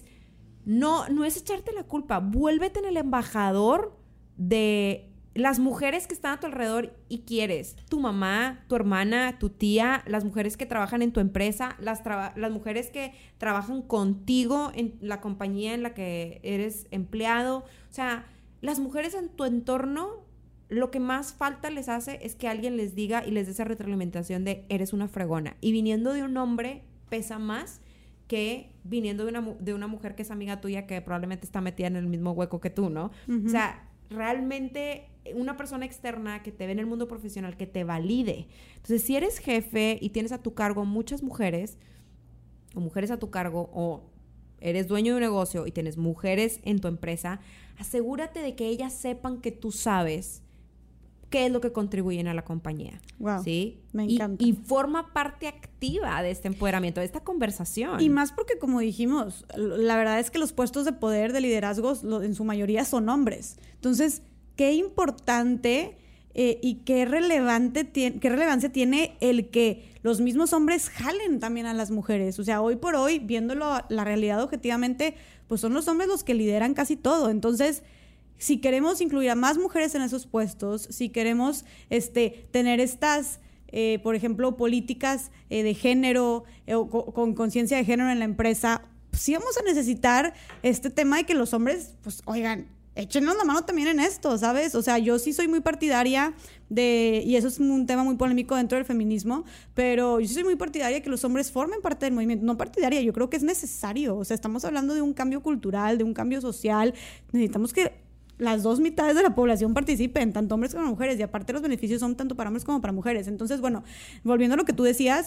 no es echarte la culpa, vuélvete en el embajador de las mujeres que están a tu alrededor y quieres. Tu mamá, tu hermana, tu tía, las mujeres que trabajan en tu empresa, las mujeres que trabajan contigo en la compañía en la que eres empleado. O sea, las mujeres en tu entorno, lo que más falta les hace es que alguien les diga y les dé esa retroalimentación de eres una fregona. Y viniendo de un hombre pesa más que viniendo de una mujer que es amiga tuya que probablemente está metida en el mismo hueco que tú, ¿no? O sea, realmente una persona externa que te ve en el mundo profesional, que te valide. Entonces, si eres jefe y tienes a tu cargo muchas mujeres, o mujeres a tu cargo, o eres dueño de un negocio y tienes mujeres en tu empresa, asegúrate de que ellas sepan que tú sabes qué es lo que contribuyen a la compañía. Wow, ¿sí? Me encanta. Y forma parte activa de este empoderamiento, de esta conversación. Y más porque, como dijimos, la verdad es que los puestos de poder, de liderazgos, en su mayoría son hombres. Entonces, qué importante y qué relevancia tiene el que los mismos hombres jalen también a las mujeres. O sea, hoy por hoy, viéndolo la realidad objetivamente, pues son los hombres los que lideran casi todo. Entonces, si queremos incluir a más mujeres en esos puestos, si queremos tener estas, por ejemplo, políticas de género con conciencia de género en la empresa, pues sí vamos a necesitar este tema de que los hombres, pues, oigan, échenos la mano también en esto, ¿sabes? O sea, yo sí soy muy partidaria y eso es un tema muy polémico dentro del feminismo, pero yo sí soy muy partidaria de que los hombres formen parte del movimiento. No partidaria, yo creo que es necesario. O sea, estamos hablando de un cambio cultural, de un cambio social. Necesitamos que las dos mitades de la población participen, tanto hombres como mujeres, y aparte los beneficios son tanto para hombres como para mujeres. Entonces, bueno, volviendo a lo que tú decías,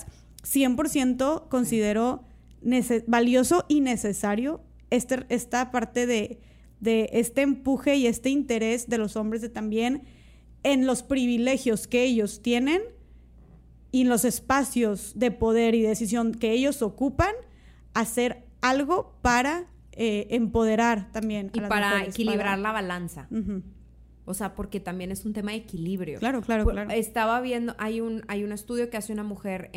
100% considero valioso y necesario esta parte de este empuje y este interés de los hombres de también en los privilegios que ellos tienen y en los espacios de poder y decisión que ellos ocupan, hacer algo para empoderar también a y las para mujeres, equilibrar la balanza. Uh-huh. O sea, porque también es un tema de equilibrio. Claro. Estaba viendo, hay un estudio que hace una mujer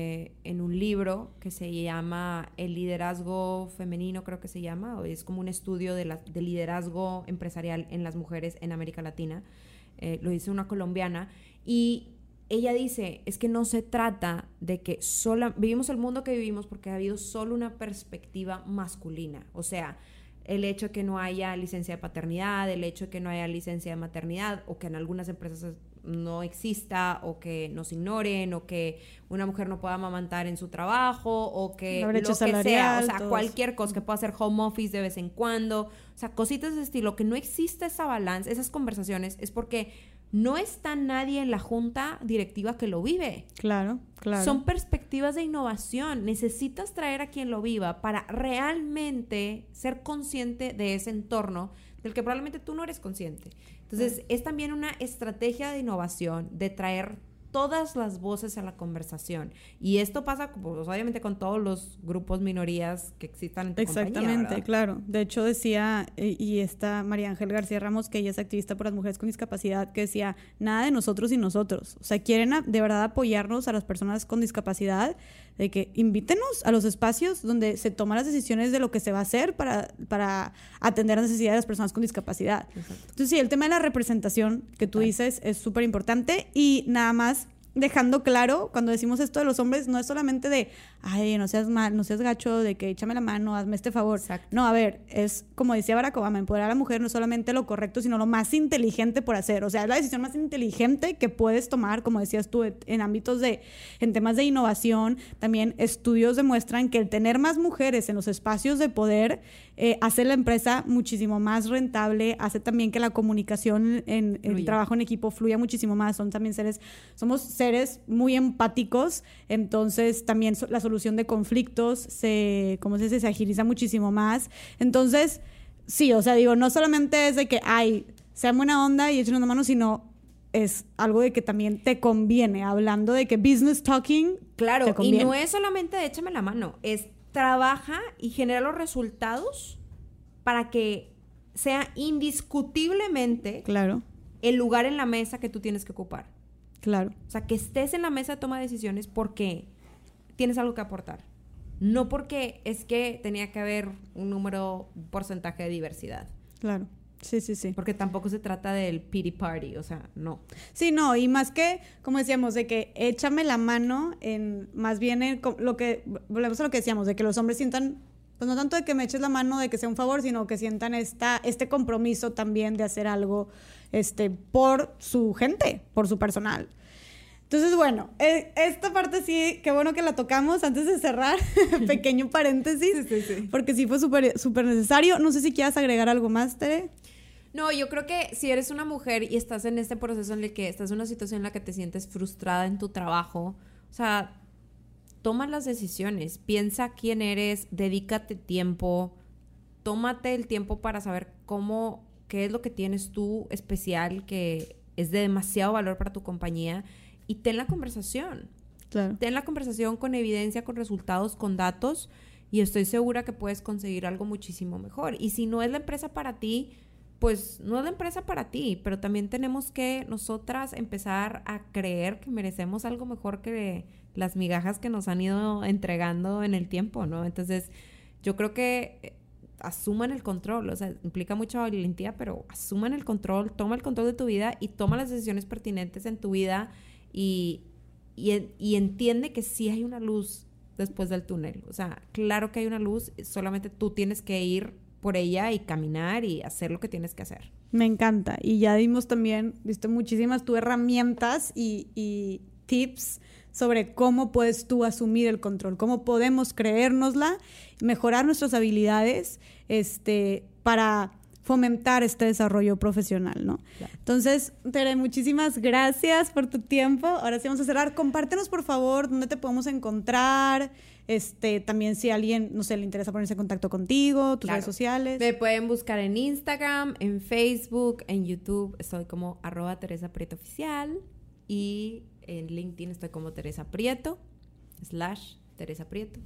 en un libro que se llama El liderazgo femenino, creo que se llama, o es como un estudio de liderazgo empresarial en las mujeres en América Latina. Lo hizo una colombiana y ella dice, es que no se trata de que vivimos el mundo que vivimos porque ha habido solo una perspectiva masculina. O sea, el hecho de que no haya licencia de paternidad, el hecho de que no haya licencia de maternidad, o que en algunas empresas no exista, o que nos ignoren, o que una mujer no pueda amamantar en su trabajo, o que lo que sea, o sea, cualquier cosa, que pueda hacer home office de vez en cuando, o sea, cositas de ese estilo, que no exista esa balanza, esas conversaciones, es porque no está nadie en la junta directiva que lo vive. Claro. Son perspectivas de innovación. Necesitas traer a quien lo viva para realmente ser consciente de ese entorno del que probablemente tú no eres consciente. Entonces, es también una estrategia de innovación, de traer todas las voces a la conversación. Y esto pasa, pues, obviamente, con todos los grupos minorías que existan en tu compañía, Exactamente, claro. De hecho, decía, y está María Ángel García Ramos, que ella es activista por las mujeres con discapacidad, que decía, nada de nosotros y nosotros. O sea, quieren de verdad apoyarnos a las personas con discapacidad, de que invítenos a los espacios donde se toman las decisiones de lo que se va a hacer para atender las necesidades de las personas con discapacidad. Exacto. Entonces, sí, el tema de la representación que tú dices es súper importante, y nada más dejando claro, cuando decimos esto de los hombres, no es solamente de, ay, no seas mal, no seas gacho, de que échame la mano, hazme este favor. Exacto. No, a ver, es como decía Barack Obama, empoderar a la mujer no es solamente lo correcto, sino lo más inteligente por hacer. O sea, es la decisión más inteligente que puedes tomar, como decías tú, en ámbitos en temas de innovación. También estudios demuestran que el tener más mujeres en los espacios de poder hace la empresa muchísimo más rentable, hace también que la comunicación el trabajo en equipo fluya muchísimo más. Somos seres muy empáticos, entonces también la solución de conflictos se agiliza muchísimo más. Entonces, sí, o sea, digo, no solamente es de que, ay, sean buena onda y echen una mano, sino es algo de que también te conviene, hablando de que business talking Claro, te y conviene. no es solamente de échame la mano, es trabaja y genera los resultados para que sea indiscutiblemente Claro, el lugar en la mesa que tú tienes que ocupar. claro. O sea, que estés en la mesa de toma de decisiones porque tienes algo que aportar. No porque es que tenía que haber un porcentaje de diversidad. Claro, sí, sí, sí. Porque tampoco se trata del pity party, o sea, no. Sí, no, y más que, como decíamos, de que échame la mano más bien en lo que, volvemos a lo que decíamos, de que los hombres sientan, pues no tanto de que me eches la mano, de que sea un favor, sino que sientan este compromiso también de hacer algo, por su gente, por su personal. Entonces, bueno, esta parte sí, qué bueno que la tocamos antes de cerrar, pequeño paréntesis, Sí. porque sí fue súper necesario. No sé si quieras agregar algo más, Tere. No, yo creo que si eres una mujer y estás en este proceso en el que estás en una situación en la que te sientes frustrada en tu trabajo, o sea, toma las decisiones, piensa quién eres, dedícate tiempo, tómate el tiempo para saber qué es lo que tienes tú especial, que es de demasiado valor para tu compañía, y ten la conversación. Claro. Ten la conversación con evidencia, con resultados, con datos, y estoy segura que puedes conseguir algo muchísimo mejor. Y si no es la empresa para ti, pues no es la empresa para ti, pero también tenemos que nosotras empezar a creer que merecemos algo mejor que las migajas que nos han ido entregando en el tiempo, ¿no? Entonces, yo creo que asuman el control, o sea, implica mucha valentía, pero asuman el control, toma el control de tu vida y toma las decisiones pertinentes en tu vida y entiende que sí hay una luz después del túnel. O sea, claro que hay una luz, solamente tú tienes que ir por ella y caminar y hacer lo que tienes que hacer. Me encanta. Y ya diste muchísimas herramientas y tips sobre cómo puedes tú asumir el control, cómo podemos creérnosla, mejorar nuestras habilidades, para fomentar este desarrollo profesional, ¿no? Claro. Entonces, Tere, muchísimas gracias por tu tiempo. Ahora sí vamos a cerrar. Compártenos, por favor, dónde te podemos encontrar. También si a alguien, no sé, le interesa ponerse en contacto contigo, tus redes sociales. Me pueden buscar en Instagram, en Facebook, en YouTube. Estoy como @Teresa Prieto Oficial. Y en LinkedIn estoy como Teresa Prieto, /Teresa Prieto.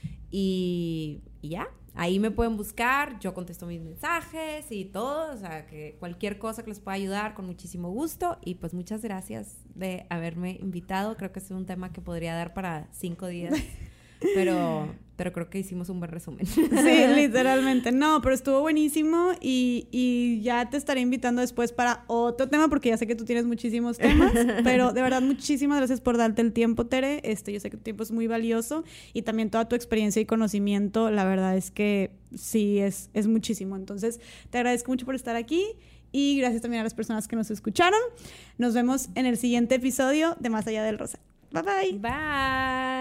Y ya, ahí me pueden buscar, yo contesto mis mensajes y todo, o sea, que cualquier cosa que les pueda ayudar, con muchísimo gusto. Y pues muchas gracias de haberme invitado. Creo que es un tema que podría dar para 5 días, pero creo que hicimos un buen resumen. Sí, literalmente. No, pero estuvo buenísimo y ya te estaré invitando después para otro tema porque ya sé que tú tienes muchísimos temas, pero de verdad muchísimas gracias por darte el tiempo, Tere. Yo sé que tu tiempo es muy valioso y también toda tu experiencia y conocimiento, la verdad es que sí, es muchísimo. Entonces, te agradezco mucho por estar aquí y gracias también a las personas que nos escucharon. Nos vemos en el siguiente episodio de Más Allá del Rosa. Bye, bye. Bye.